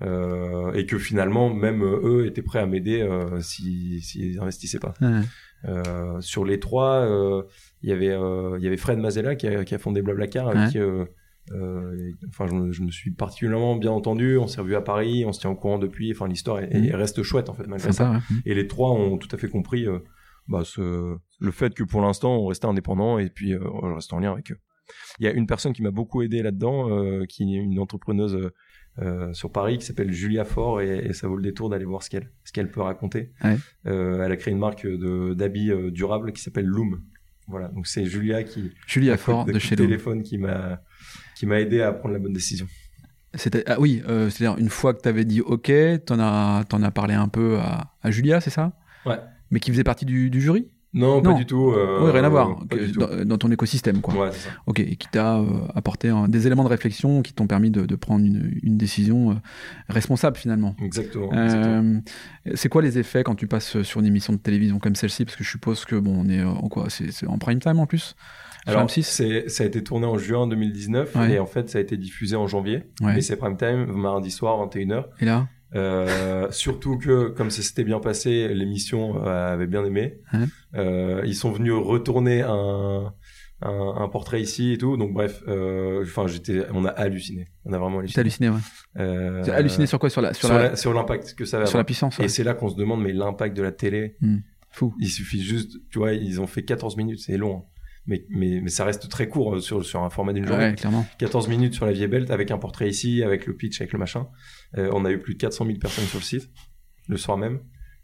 Euh, et que finalement, même euh, eux étaient prêts à m'aider euh, s'ils si, si investissaient pas. Ouais. Euh, sur les trois, euh, il y avait euh, il y avait Fred Mazella qui a, qui a fondé Blablacar, avec ouais. qui euh, euh, enfin je, je me suis particulièrement bien entendu. On s'est revu à Paris, on se tient au courant depuis. Enfin l'histoire est, mmh. est, reste chouette en fait malgré ça. ça. Ouais. Et les trois ont tout à fait compris euh, bah, ce, le fait que pour l'instant on restait indépendant et puis euh, on reste en lien avec eux. Il y a une personne qui m'a beaucoup aidé là-dedans, euh, qui est une entrepreneuse euh, Euh, sur Paris qui s'appelle Julia Faure et, et ça vaut le détour d'aller voir ce qu'elle ce qu'elle peut raconter. Ouais. Euh, elle a créé une marque de d'habits euh, durables qui s'appelle Loom. Voilà, donc c'est Julia qui Julia Faure de, de chez Loom. Téléphone qui m'a qui m'a aidé à prendre la bonne décision. C'était ah oui, euh, c'est-à-dire une fois que t'avais dit OK, t'en as t'en as parlé un peu à, à Julia, c'est ça? Ouais. Mais qui faisait partie du, du jury? Non, non, pas du tout. Euh, oui, rien à voir. Pas que, du tout. Dans, dans ton écosystème, quoi. Ouais, c'est ça. Ok, et qui t'a euh, apporté un, des éléments de réflexion qui t'ont permis de, de prendre une, une décision euh, responsable finalement. Exactement, euh, exactement. C'est quoi les effets quand tu passes sur une émission de télévision comme celle-ci? Parce que je suppose que bon, on est en quoi? C'est, c'est en prime time en plus. Alors, c'est, ça a été tourné en juin deux mille dix-neuf ouais. et en fait, ça a été diffusé en janvier. Ouais. Et c'est prime time, mardi soir, vingt et une heures. Et là? Euh, surtout que comme ça s'était bien passé, l'émission euh, avait bien aimé. Hein euh, ils sont venus retourner un, un, un portrait ici et tout. Donc bref, enfin euh, j'étais, on a halluciné. On a vraiment halluciné. T'as halluciné, ouais. Euh, T'as halluciné sur quoi? Sur la, sur, sur, la... la, sur l'impact que ça va sur avoir. La puissance. Ouais. Et c'est là qu'on se demande, mais l'impact de la télé. Mmh. Fou. Il suffit juste, tu vois, ils ont fait quatorze minutes, c'est long. Hein. Mais, mais, mais ça reste très court sur, sur un format d'une journée. Ouais, clairement. quatorze minutes sur la Vieille Belt avec un portrait ici, avec le pitch, avec le machin. Euh, on a eu plus de quatre cent mille personnes sur le site, le soir même.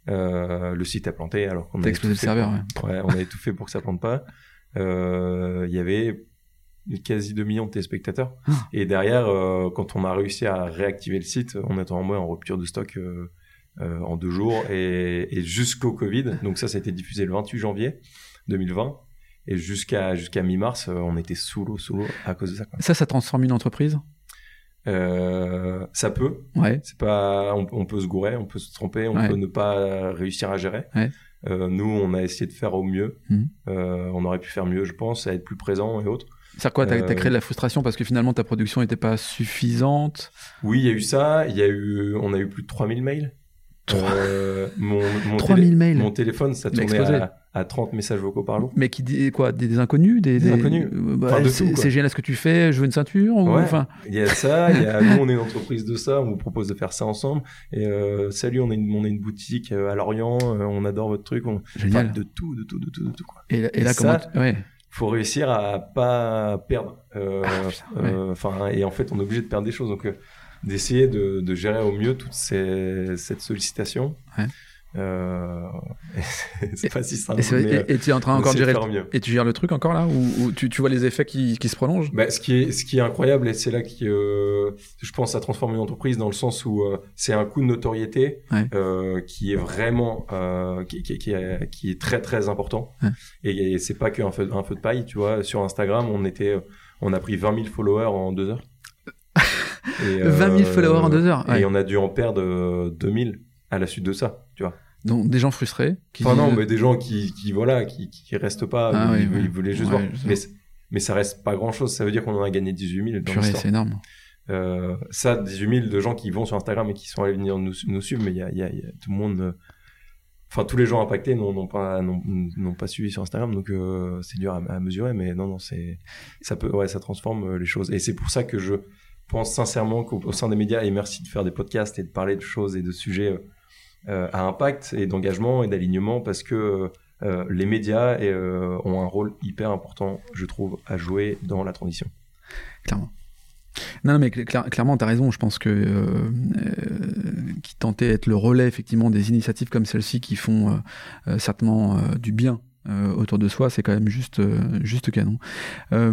Euh, le site a planté alors qu'on T'as explosé le serveur, pour... ouais. ouais. On avait tout fait pour que ça plante pas. Euh, il y avait quasi deux millions de téléspectateurs. Ah. Et derrière, euh, quand on a réussi à réactiver le site, on était en moins en rupture de stock euh, euh, en deux jours et, et jusqu'au Covid. Donc ça, ça a été diffusé le vingt-huit janvier deux mille vingt. Et jusqu'à, jusqu'à mi-mars, euh, on était sous l'eau, sous l'eau à cause de ça. Quoi. Ça, ça transforme une entreprise? Euh, ça peut. Ouais. C'est pas, on, on peut se gourer, on peut se tromper, on ouais. peut ne pas réussir à gérer. Ouais. Euh, nous, on a essayé de faire au mieux. Mmh. Euh, on aurait pu faire mieux, je pense, à être plus présent et autres. C'est quoi, t'as, euh... t'as créé de la frustration parce que finalement ta production n'était pas suffisante? Oui, il y a eu ça. Il y a eu, on a eu plus de trois mille mails. Euh, mon, mon trois mille télé- mails. Mon téléphone, ça tournait à, à trente messages vocaux par jour. Mais qui dit quoi? Des, des inconnus? Des, des, des inconnus? Euh, bah, enfin, de c'est, tout, quoi. C'est génial ce que tu fais, je veux une ceinture? Ou, ouais. enfin... Il y a ça, il y a, nous on est une entreprise de ça, on vous propose de faire ça ensemble. Et euh, salut, on est une, on est une boutique à Lorient, euh, on adore votre truc. On... Génial. Enfin, de tout, de tout, de tout, de tout. Quoi. Et, et là, et comment ça, tu... ouais. faut réussir à pas perdre. Euh, ah, putain, ouais. euh, et en fait, on est obligé de perdre des choses. Donc, euh, d'essayer de, de gérer au mieux toute ces, cette sollicitation. Ouais. Euh, c'est pas si simple. Et, mais et, et tu es en train encore de gérer le... Et tu gères le truc encore là, ou, ou tu, tu vois les effets qui, qui se prolongent? Bah, ce qui est, ce qui est incroyable, et c'est là que euh, je pense ça transforme une entreprise dans le sens où euh, c'est un coup de notoriété ouais. euh, qui est vraiment, euh, qui, qui, qui, est, qui est très très important. Ouais. Et, et c'est pas qu'un feu, un feu de paille, tu vois. Sur Instagram, on était, on a pris vingt mille followers en deux heures. Et, euh, vingt mille followers en deux heures. Ouais. Et on a dû en perdre deux mille à la suite de ça, tu vois. Donc des gens frustrés qui enfin disent... non mais des gens qui qui voilà qui qui restent pas ah, ils, oui, ils oui. voulaient juste ouais, voir mais mais ça reste pas grand chose, ça veut dire qu'on en a gagné dix-huit mille dans Purée, c'est énorme. Euh, ça dix-huit mille de gens qui vont sur Instagram et qui sont allés venir nous nous suivre, mais il y a il y a, y a tout le monde enfin tous les gens impactés n'ont, n'ont pas n'ont, n'ont pas suivi sur Instagram, donc euh, c'est dur à, à mesurer, mais non non c'est ça peut ouais ça transforme les choses, et c'est pour ça que je pense sincèrement qu'au sein des médias, et merci de faire des podcasts et de parler de choses et de sujets euh, à impact et d'engagement et d'alignement, parce que euh, les médias et, euh, ont un rôle hyper important, je trouve, à jouer dans la transition. Clairement. Non, non mais cl- clairement, tu as raison. Je pense que euh, euh, qui tentait être le relais effectivement des initiatives comme celle-ci qui font euh, euh, certainement euh, du bien euh, autour de soi, c'est quand même juste, euh, juste canon. Euh,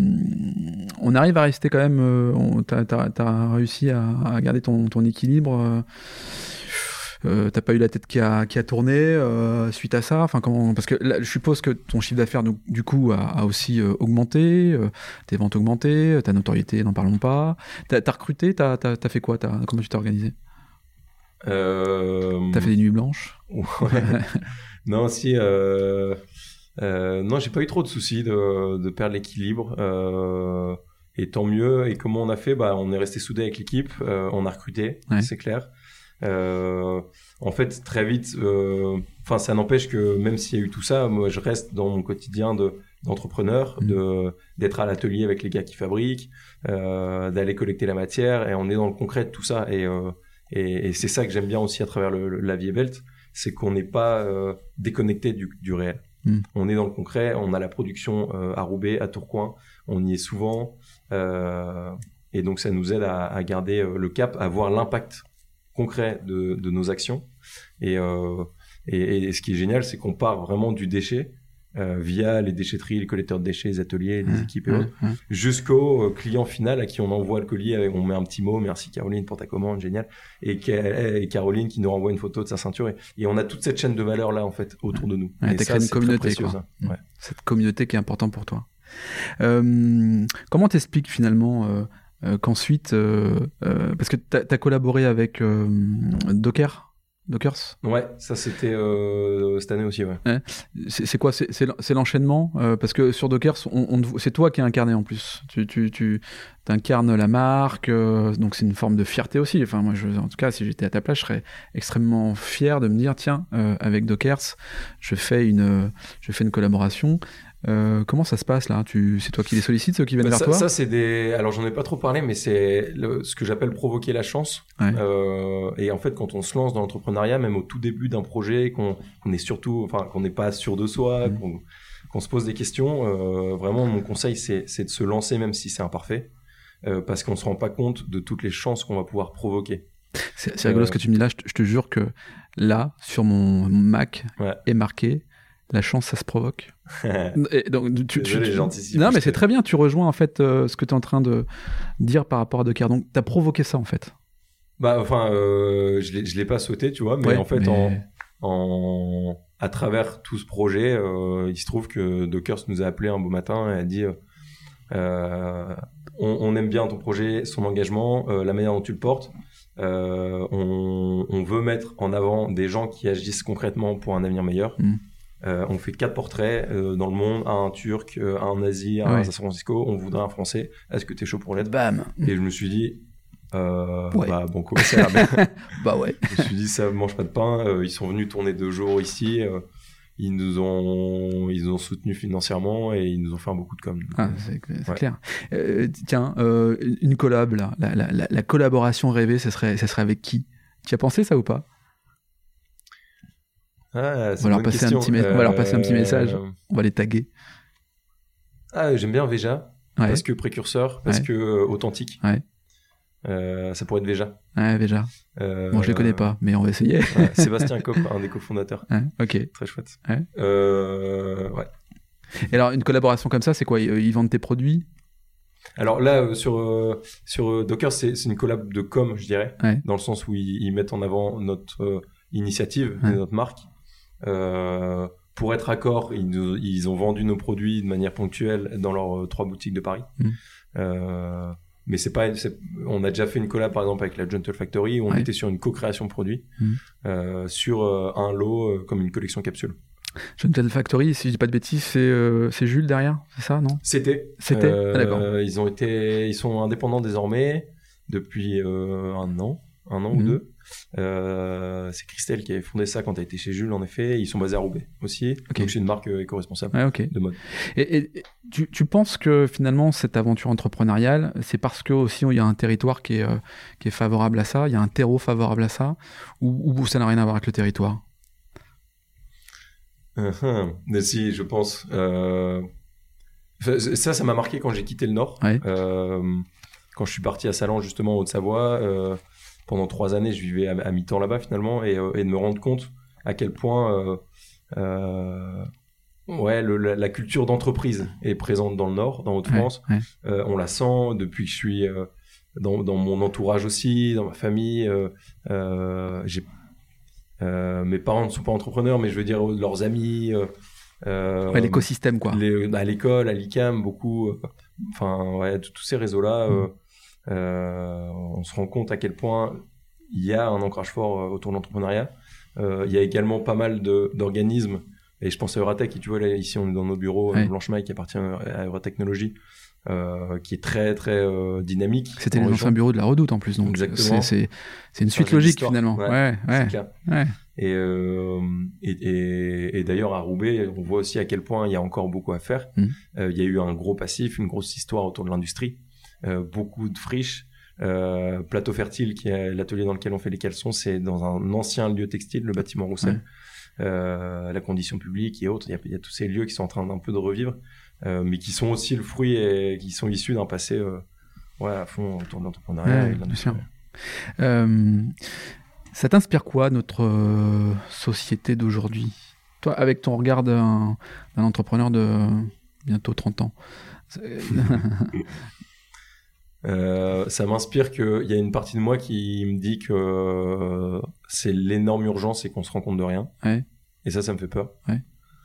on arrive à rester quand même. Euh, tu as réussi à, à garder ton, ton équilibre. Euh, Euh, t'as pas eu la tête qui a, qui a tourné euh, suite à ça, enfin comment, parce que là, je suppose que ton chiffre d'affaires du, du coup a, a aussi euh, augmenté, euh, tes ventes augmentées, ta notoriété n'en parlons pas. T'as as recruté, t'as as fait quoi, as, comment tu t'es organisé? euh... T'as fait des nuits blanches? Ouais. Non, si. Euh... Euh, non, j'ai pas eu trop de soucis de, de perdre l'équilibre. Euh... Et tant mieux. Et comment on a fait? Bah, on est resté soudés avec l'équipe. Euh, on a recruté, ouais. C'est clair. Euh, en fait, très vite, enfin, euh, ça n'empêche que même s'il y a eu tout ça, moi, je reste dans mon quotidien de d'entrepreneur, mmh. de d'être à l'atelier avec les gars qui fabriquent, euh, d'aller collecter la matière, et on est dans le concret de tout ça. Et euh, et, et c'est ça que j'aime bien aussi à travers le, le, la vie est belt, c'est qu'on n'est pas euh, déconnecté du, du réel. Mmh. On est dans le concret, on a la production euh, à Roubaix, à Tourcoing, on y est souvent, euh, et donc ça nous aide à, à garder euh, le cap, à voir l'impact concret de, de nos actions. Et, euh, et, et ce qui est génial, c'est qu'on part vraiment du déchet euh, via les déchetteries, les collecteurs de déchets, les ateliers, les mmh, équipes et mmh, autres, mmh. jusqu'au client final à qui on envoie le colis, avec, on met un petit mot, merci Caroline pour ta commande, génial, et, et Caroline qui nous renvoie une photo de sa ceinture. Et, et on a toute cette chaîne de valeur là en fait autour de nous. Ouais, et t'as créé une communauté, quoi. Ça. Ouais. Cette communauté qui est importante pour toi. Euh, comment t'expliques finalement euh, Euh, qu'ensuite, euh, euh, parce que tu as collaboré avec euh, Docker, Dockers. Ouais, ça c'était euh, cette année aussi, ouais. ouais. C'est quoi? C'est l'enchaînement euh, parce que sur Dockers, on, on, c'est toi qui es incarné en plus. Tu, tu, tu incarnes la marque, euh, donc c'est une forme de fierté aussi. Enfin, moi, je, en tout cas, si j'étais à ta place, je serais extrêmement fier de me dire, tiens, euh, avec Dockers, je fais une, je fais une collaboration. Euh, comment ça se passe là? Tu... C'est toi qui les sollicites, ceux qui viennent bah vers ça, toi? Ça, c'est des. Alors, j'en ai pas trop parlé, mais c'est le... ce que j'appelle provoquer la chance. Ouais. Euh... Et en fait, quand on se lance dans l'entrepreneuriat, même au tout début d'un projet, qu'on qu'on est surtout, enfin, qu'on n'est pas sûr de soi, mmh. qu'on qu'on se pose des questions, euh... vraiment, mon conseil, c'est de se lancer, même si c'est imparfait, euh, parce qu'on se rend pas compte de toutes les chances qu'on va pouvoir provoquer. C'est rigolo euh... ce que tu me dis là. Je te, je te jure que là, sur mon Mac, ouais. est marqué. La chance, ça se provoque. Et donc, tu, Désolé, tu, tu... Non, mais c'est très bien. Tu rejoins en fait euh, ce que tu es en train de dire par rapport à Docker. Donc, tu as provoqué ça en fait. Bah, enfin, euh, je ne l'ai pas sauté, tu vois, mais ouais, en fait, mais... En, en, à travers tout ce projet, euh, il se trouve que Docker nous a appelé un beau matin et a dit euh, on, on aime bien ton projet, son engagement, euh, la manière dont tu le portes. Euh, on, on veut mettre en avant des gens qui agissent concrètement pour un avenir meilleur. Mm. Euh, on fait quatre portraits euh, dans le monde, un turc, euh, un Asie, un ouais. à San Francisco. On voudrait un français. Est-ce que t'es chaud pour l'être? Bam. Et je me suis dit, euh, ouais. bah bon, quoi, ça a l'air bien. Bah ouais. Je me suis dit, ça mange pas de pain. Euh, ils sont venus tourner deux jours ici. Euh, ils nous ont, ils nous ont soutenus financièrement et ils nous ont fait un beaucoup de com. Ah, c'est ouais. clair. Euh, tiens, euh, une collab là, la, la, la, la collaboration rêvée, ça serait, ça serait avec qui? Tu as pensé ça ou pas? Ah, on, va leur passer un petit euh... on va leur passer un petit message. On va les taguer. Ah, j'aime bien Veja. Ouais. Parce que précurseur, parce ouais. que euh, authentique. Ouais. Euh, ça pourrait être Veja. Ouais, Veja. Euh... Bon, je les connais pas, mais on va essayer. Ouais, Sébastien Kopp, un des cofondateurs. Ouais, ok. Très chouette. Ouais. Euh... ouais. Et alors, une collaboration comme ça, c'est quoi? Ils vendent tes produits? Alors là, euh, sur, euh, sur euh, Docker, c'est une collab de com, je dirais. Ouais. Dans le sens où ils, ils mettent en avant notre euh, initiative, ouais. notre marque. Euh, pour être accord, ils, nous, ils ont vendu nos produits de manière ponctuelle dans leurs euh, trois boutiques de Paris. Mmh. Euh, mais c'est pas, on a déjà fait une collab par exemple avec la Gentle Factory où on ouais. était sur une co-création de produits mmh. euh, sur euh, un lot euh, comme une collection capsule. Gentle Factory, si je dis pas de bêtises, c'est euh, Jules derrière, c'est ça, non? C'était. C'était. Euh, ah, d'accord. Ils ont été, ils sont indépendants désormais depuis euh, un an, un an mmh. ou deux. Euh, c'est Christelle qui avait fondé ça quand elle était chez Jules, en effet. Ils sont basés à Roubaix aussi. Okay. Donc c'est une marque euh, éco-responsable ah, okay. de mode. Et, et tu, tu penses que finalement cette aventure entrepreneuriale, c'est parce que aussi il y a un territoire qui est, euh, qui est favorable à ça, il y a un terreau favorable à ça, ou, ou ça n'a rien à voir avec le territoire? Uh-huh. Mais si, je pense. Euh... Ça, ça m'a marqué quand j'ai quitté le Nord. Ouais. Euh... quand je suis parti à Salans, justement, en Haute-Savoie, euh, pendant trois années, je vivais à, à mi-temps là-bas, finalement, et, euh, et de me rendre compte à quel point euh, euh, ouais, le, la, la culture d'entreprise est présente dans le Nord, dans Haute-France. Ouais, ouais. Euh, on la sent depuis que je suis euh, dans, dans mon entourage aussi, dans ma famille. Euh, euh, j'ai, euh, mes parents ne sont pas entrepreneurs, mais je veux dire, leurs amis... Euh, Euh, ouais, l'écosystème quoi. Les, à l'école, à l'I C A M, beaucoup. Enfin, ouais, tous ces réseaux-là, mmh. euh, euh, on se rend compte à quel point il y a un ancrage fort autour de l'entrepreneuriat. Euh, il y a également pas mal de, d'organismes, et je pense à Euratech, qui tu vois là, ici on est dans nos bureaux, ouais. Blanche-Maille qui appartient à Euratechnologie, euh, qui est très très euh, dynamique. C'était les anciens bureaux de la Redoute en plus, donc exactement. C'est, c'est, c'est une suite logique finalement. Ouais, ouais, ouais. C'est clair. Ouais. Et, euh, et, et, et d'ailleurs à Roubaix, on voit aussi à quel point il y a encore beaucoup à faire. Mmh. Euh, il y a eu un gros passif, une grosse histoire autour de l'industrie, euh, beaucoup de friches. Euh, Plateau Fertile, qui est l'atelier dans lequel on fait les caleçons, c'est dans un ancien lieu textile, le bâtiment Roussel. Ouais. Euh, la condition publique et autres, il y, a, il y a tous ces lieux qui sont en train d'un peu de revivre, euh, mais qui sont aussi le fruit et qui sont issus d'un passé euh, ouais, à fond autour de l'entrepreneuriat ouais, et de l'industrie. Euh, ça t'inspire quoi, notre euh, société d'aujourd'hui ? Toi, avec ton regard d'un, d'un entrepreneur de bientôt trente ans. euh, ça m'inspire qu'il y a une partie de moi qui me dit que euh, c'est l'énorme urgence et qu'on se rend compte de rien. Ouais. Et ça, ça me fait peur. Ouais.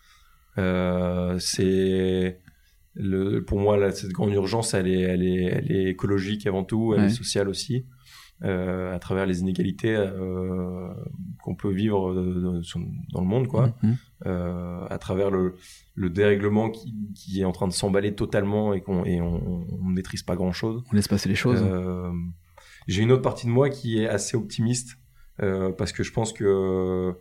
Euh, c'est... Le, pour moi, là, cette grande urgence, elle est, elle est, elle est écologique avant tout, elle ouais. est sociale aussi. Euh, à travers les inégalités euh, qu'on peut vivre de, de, dans le monde, quoi. Mm-hmm. Euh, à travers le, le dérèglement qui, qui est en train de s'emballer totalement et qu'on et on, on ne maîtrise pas grand-chose. On laisse passer les choses. Euh, j'ai une autre partie de moi qui est assez optimiste euh, parce que je pense que,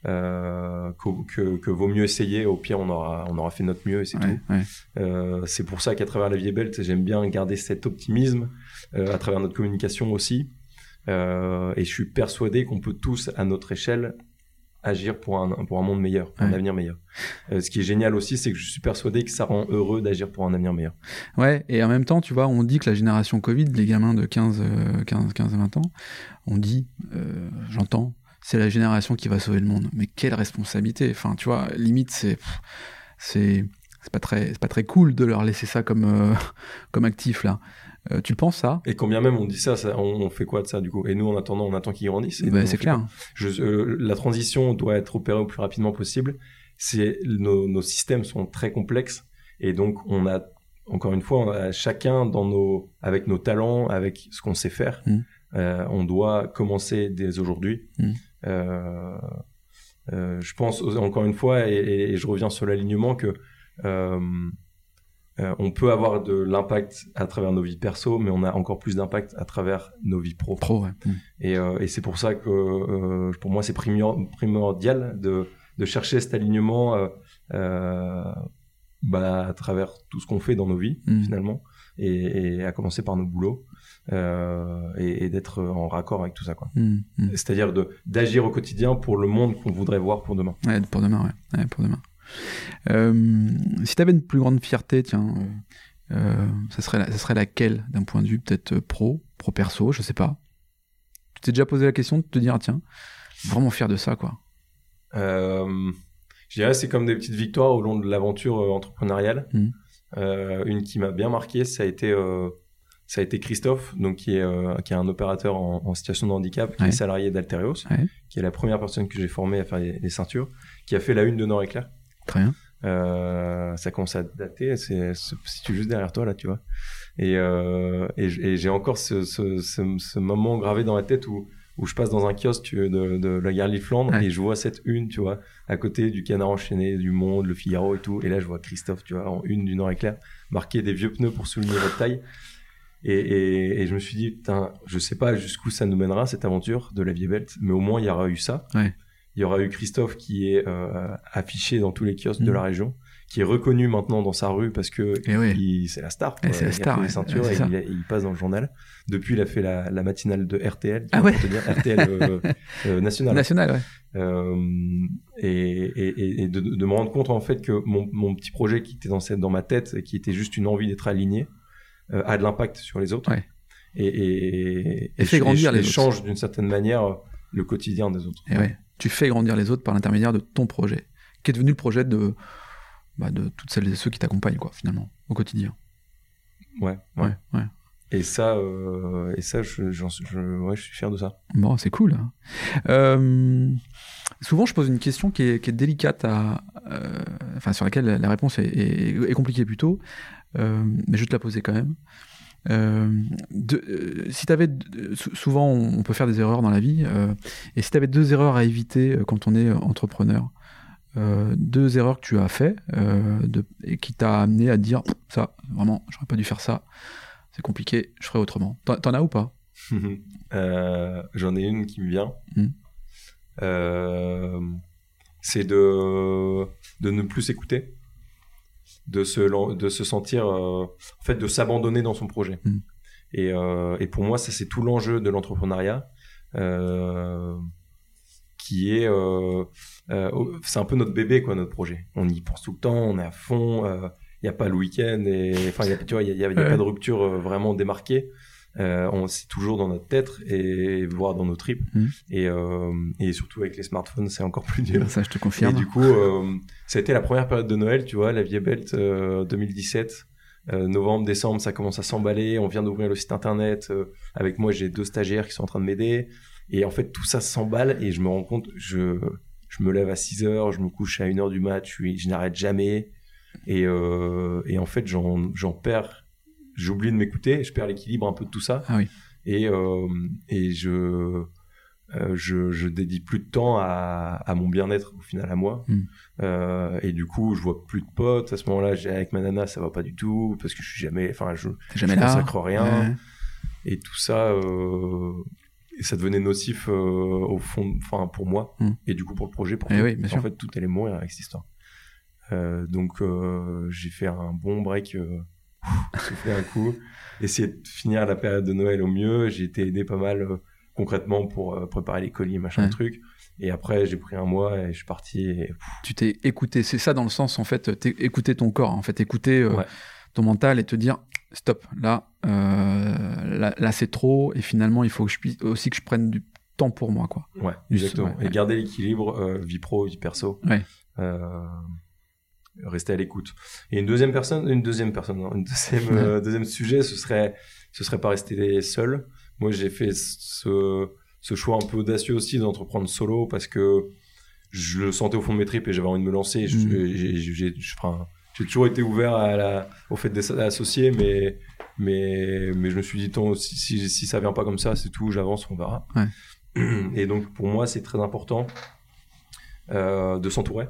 euh, que, que que vaut mieux essayer. Au pire, on aura on aura fait notre mieux et c'est ouais, tout. Ouais. Euh, c'est pour ça qu'à travers la Vieille Belt, j'aime bien garder cet optimisme euh, à travers notre communication aussi. Euh, et je suis persuadé qu'on peut tous, à notre échelle, agir pour un, pour un monde meilleur, pour ouais. un avenir meilleur. Euh, ce qui est génial aussi, c'est que je suis persuadé que ça rend heureux d'agir pour un avenir meilleur. Ouais, et en même temps, tu vois, on dit que la génération Covid, les gamins de quinze, quinze, quinze, vingt ans, on dit, euh, j'entends, c'est la génération qui va sauver le monde. Mais quelle responsabilité. Enfin, tu vois, limite, c'est... c'est c'est pas très c'est pas très cool de leur laisser ça comme euh, comme actif là. Euh, tu le penses ça ? Et quand bien même on dit ça, ça on, on fait quoi de ça du coup ? Et nous en attendant on attend qu'ils grandissent. Bah, c'est clair. Je, euh, la transition doit être opérée au plus rapidement possible. C'est nos, nos systèmes sont très complexes et donc on a encore une fois on a chacun dans nos avec nos talents, avec ce qu'on sait faire, mmh. euh, on doit commencer dès aujourd'hui. Mmh. Euh, euh, je pense encore une fois et, et, et je reviens sur l'alignement que Euh, euh, on peut avoir de l'impact à travers nos vies perso, mais on a encore plus d'impact à travers nos vies pro. Pro, ouais. Mmh. Et, euh, et c'est pour ça que euh, pour moi c'est primor- primordial de, de chercher cet alignement euh, euh, bah, à travers tout ce qu'on fait dans nos vies mmh. finalement, et, et à commencer par nos boulots. Euh, et, et d'être en raccord avec tout ça, quoi. Mmh, mmh. C'est-à-dire de, d'agir au quotidien pour le monde qu'on voudrait voir pour demain. Ouais, pour demain, ouais. ouais pour demain. Euh, si tu avais une plus grande fierté, tiens, euh, ça serait, la, ça serait laquelle d'un point de vue peut-être pro, pro perso, je sais pas. Tu t'es déjà posé la question de te dire, ah, tiens, vraiment fier de ça, quoi. Euh, je dirais c'est comme des petites victoires au long de l'aventure euh, entrepreneuriale. Mmh. Euh, une qui m'a bien marqué, ça a été euh, ça a été Christophe, donc qui est euh, qui est un opérateur en, en situation de handicap, qui ouais. est salarié d'Alterios, ouais. qui est la première personne que j'ai formée à faire les, les ceintures, qui a fait la une de Nord Éclair. Très bien. Euh, ça commence à dater, c'est, c'est si tu es juste derrière toi là, tu vois. Et, euh, et, et j'ai encore ce, ce, ce, ce moment gravé dans la tête où où je passe dans un kiosque de, de la gare Lille-Flandre ouais. et je vois cette une, tu vois, à côté du Canard enchaîné, du Monde, le Figaro et tout. Et là, je vois Christophe, tu vois, en une du Nord Éclair, marqué des vieux pneus pour souligner votre taille. Et, et, et je me suis dit, putain, je sais pas jusqu'où ça nous mènera, cette aventure de la Vieille Belt, mais au moins, il y aura eu ça. Ouais. Il y aura eu Christophe qui est euh, affiché dans tous les kiosques mmh. de la région, qui est reconnu maintenant dans sa rue parce que oui. il, c'est la star. Et c'est la il star, a fait ouais. les ceintures ouais, et il, il passe dans le journal. Depuis, il a fait la, la matinale de R T L, ah ouais. pour te dire, R T L euh, euh, national. National, ouais. Euh, et et, et de, de me rendre compte en fait que mon, mon petit projet qui était dans, cette, dans ma tête, qui était juste une envie d'être aligné, euh, a de l'impact sur les autres. Ouais. et, et, et, et fait grandir les autres. Change d'une certaine manière le quotidien des autres. Et ouais, tu fais grandir les autres par l'intermédiaire de ton projet, qui est devenu le projet de, bah, de toutes celles et ceux qui t'accompagnent, quoi, finalement, au quotidien. Ouais, ouais. ouais, ouais. Et ça, euh, et ça je, je, je, ouais, je suis fier de ça. Bon, c'est cool. Euh, souvent, je pose une question qui est, qui est délicate, à, euh, enfin, sur laquelle la réponse est, est, est compliquée plutôt, euh, mais je vais te la poser quand même. Euh, de, euh, si t'avais, souvent, on peut faire des erreurs dans la vie, euh, et si tu avais deux erreurs à éviter quand on est entrepreneur, euh, deux erreurs que tu as fait euh, de, et qui t'a amené à te dire ça, vraiment, j'aurais pas dû faire ça. C'est compliqué, je ferai autrement. T'en, t'en as ou pas? euh, J'en ai une qui me vient. Mm. Euh, c'est de, de ne plus s'écouter, de se, de se sentir, euh, en fait, de s'abandonner dans son projet. Mm. Et, euh, et pour moi, ça, c'est tout l'enjeu de l'entrepreneuriat, euh, qui est, euh, euh, c'est un peu notre bébé, quoi, notre projet. On y pense tout le temps, on est à fond. Euh, Il n'y a pas le week-end, et enfin, y a, tu vois, il n'y a, y a, y a ouais. pas de rupture euh, vraiment démarquée. Euh, on, c'est toujours dans notre tête et voire dans nos tripes. Mmh. Et, euh, et surtout avec les smartphones, c'est encore plus dur. Ça, je te confirme. Et du coup, euh, ça a été la première période de Noël, tu vois, la vie est belle, euh, deux mille dix-sept. Euh, novembre, décembre, ça commence à s'emballer. On vient d'ouvrir le site internet. Euh, avec moi, j'ai deux stagiaires qui sont en train de m'aider. Et en fait, tout ça s'emballe et je me rends compte, je, je me lève à six heures, je me couche à une heure du mat, je, suis, je n'arrête jamais. Et, euh, et en fait, j'en, j'en perds, j'oublie de m'écouter, je perds l'équilibre un peu de tout ça. Ah oui. Et, euh, et je, euh, je, je dédie plus de temps à, à mon bien-être, au final, à moi. Mm. Euh, et du coup, je vois plus de potes. À ce moment-là, j'ai, avec ma nana, ça va pas du tout, parce que je suis jamais, enfin, je, jamais je là. consacre rien. Ouais. Et tout ça, euh, et ça devenait nocif, euh, au fond, enfin, pour moi. Mm. Et du coup, pour le projet, pour et tout. Oui, bien sûr. En fait, tout allait mourir avec cette histoire. Euh, donc euh, j'ai fait un bon break, euh, soufflé un coup, essayer de finir la période de Noël au mieux. J'ai été aidé pas mal euh, concrètement pour euh, préparer les colis, machin ouais. truc. Et après j'ai pris un mois et je suis parti. Et... Tu t'es écouté, c'est ça dans le sens en fait, t'es écouter ton corps, en fait, écouter euh, ouais. ton mental et te dire stop, là, euh, là, là c'est trop et finalement il faut que je puisse aussi que je prenne du temps pour moi, quoi. Ouais, du exactement. Ouais, et ouais. garder l'équilibre euh, vie pro, vie perso. Ouais. Euh... Rester à l'écoute. Et une deuxième personne, une deuxième personne, non, une deuxième, ouais. euh, deuxième sujet, ce serait, ce serait pas rester seul. Moi, j'ai fait ce, ce choix un peu audacieux aussi d'entreprendre solo parce que je le sentais au fond de mes tripes et j'avais envie de me lancer. Je, mmh. j'ai, j'ai, j'ai, enfin, j'ai toujours été ouvert à la, au fait d'être associé, mais, mais, mais je me suis dit, tant, si, si, si ça vient pas comme ça, c'est tout, j'avance, on verra. Ouais. Et donc, pour moi, c'est très important euh, de s'entourer.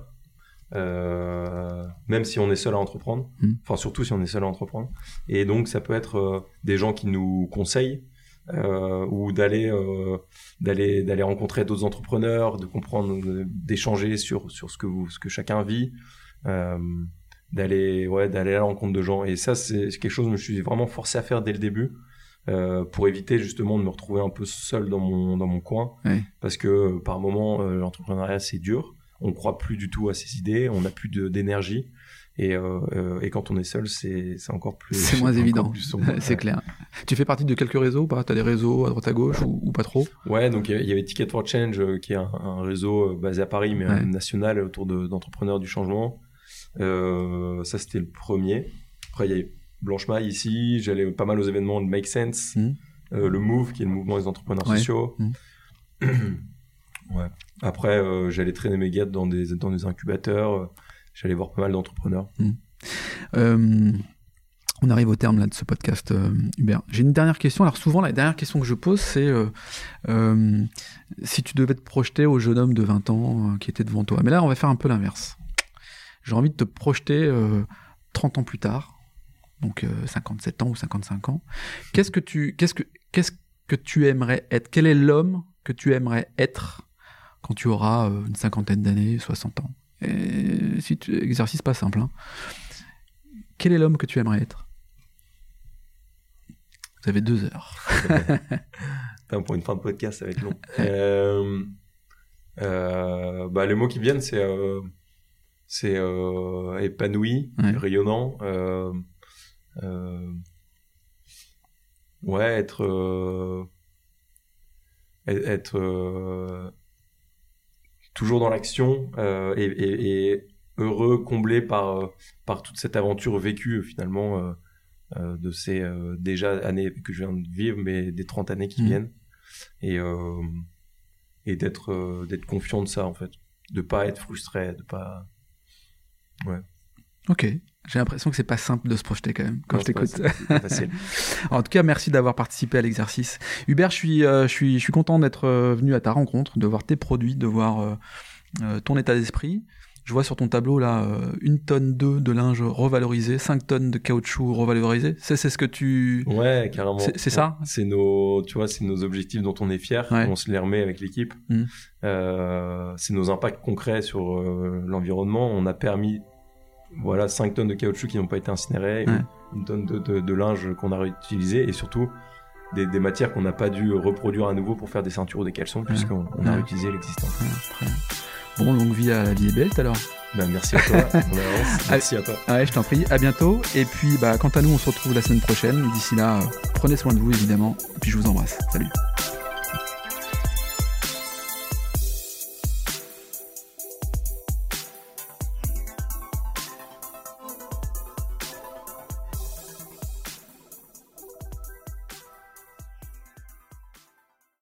Euh, même si on est seul à entreprendre, mmh. enfin surtout si on est seul à entreprendre, et donc ça peut être euh, des gens qui nous conseillent euh, ou d'aller euh, d'aller d'aller rencontrer d'autres entrepreneurs, de comprendre, d'échanger sur sur ce que vous, ce que chacun vit, euh, d'aller ouais d'aller à la rencontre de gens. Et ça c'est quelque chose que je me suis vraiment forcé à faire dès le début. Euh, pour éviter justement de me retrouver un peu seul dans mon dans mon coin, ouais. parce que par moment euh, l'entrepreneuriat c'est dur. On croit plus du tout à ses idées, on n'a plus de, d'énergie, et, euh, euh, et quand on est seul, c'est, c'est encore plus... C'est moins évident, plus sombre, c'est ouais. clair. Tu fais partie de quelques réseaux ou pas ? T'as des réseaux à droite à gauche ou, ou pas trop ? Ouais, donc il y avait Ticket for Change, euh, qui est un, un réseau basé à Paris, mais ouais. national autour de, d'entrepreneurs du changement. Euh, ça, c'était le premier. Après, il y avait Blanche Maille ici, j'allais pas mal aux événements de Make Sense, mmh. euh, le Move, qui est le mouvement des entrepreneurs ouais. sociaux. Mmh. Ouais. Après, euh, j'allais traîner mes gars dans des, dans des incubateurs. Euh, j'allais voir pas mal d'entrepreneurs. Mmh. Euh, on arrive au terme là, de ce podcast, euh, Hubert. J'ai une dernière question. Alors souvent, la dernière question que je pose, c'est euh, euh, si tu devais te projeter au jeune homme de vingt ans euh, qui était devant toi. Mais là, on va faire un peu l'inverse. J'ai envie de te projeter euh, trente ans plus tard, donc euh, cinquante-sept ans ou cinquante-cinq ans. Qu'est-ce que tu, qu'est-ce que, qu'est-ce que tu aimerais être ? Quel est l'homme que tu aimerais être quand tu auras euh, une cinquantaine d'années, soixante ans. Et si tu... Exercice pas simple. Hein. Quel est l'homme que tu aimerais être ? Vous avez deux heures. Putain, pour une fin de podcast, ça va être long. euh, euh, bah, les mots qui viennent, c'est, euh, c'est euh, épanoui, ouais. rayonnant, euh, euh, ouais, être, euh, être euh, toujours dans l'action euh, et, et, et heureux, comblé par, par toute cette aventure vécue finalement euh, euh, de ces euh, déjà années que je viens de vivre, mais des trente années qui mmh. viennent. Et, euh, et d'être, euh, d'être confiant de ça, en fait. De pas être frustré, de pas... Ouais. Ok. J'ai l'impression que c'est pas simple de se projeter quand même quand non, je t'écoute. C'est pas, c'est pas facile. En tout cas, merci d'avoir participé à l'exercice. Hubert, je suis, euh, je suis, je suis content d'être venu à ta rencontre, de voir tes produits, de voir euh, euh, ton état d'esprit. Je vois sur ton tableau là euh, une tonne deux de linge revalorisé, cinq tonnes de caoutchouc revalorisé. C'est, c'est ce que tu. Ouais, carrément. C'est, c'est ça. C'est nos, tu vois, c'est nos objectifs dont on est fier. Ouais. On se les remet avec l'équipe. Mmh. Euh, c'est nos impacts concrets sur euh, l'environnement. On a permis, voilà, cinq tonnes de caoutchouc qui n'ont pas été incinérées, ouais. une, une tonne de, de, de linge qu'on a réutilisé et surtout des, des matières qu'on n'a pas dû reproduire à nouveau pour faire des ceintures ou des caleçons, ouais. puisqu'on on ouais. a réutilisé l'existant. Ouais, très bien. Bon, longue vie à la vie est belle alors. Ben, merci à toi. On avance. Merci à toi. Ouais, je t'en prie. À bientôt. Et puis, bah, quant à nous, on se retrouve la semaine prochaine. D'ici là, euh, prenez soin de vous évidemment. Et puis, je vous embrasse. Salut.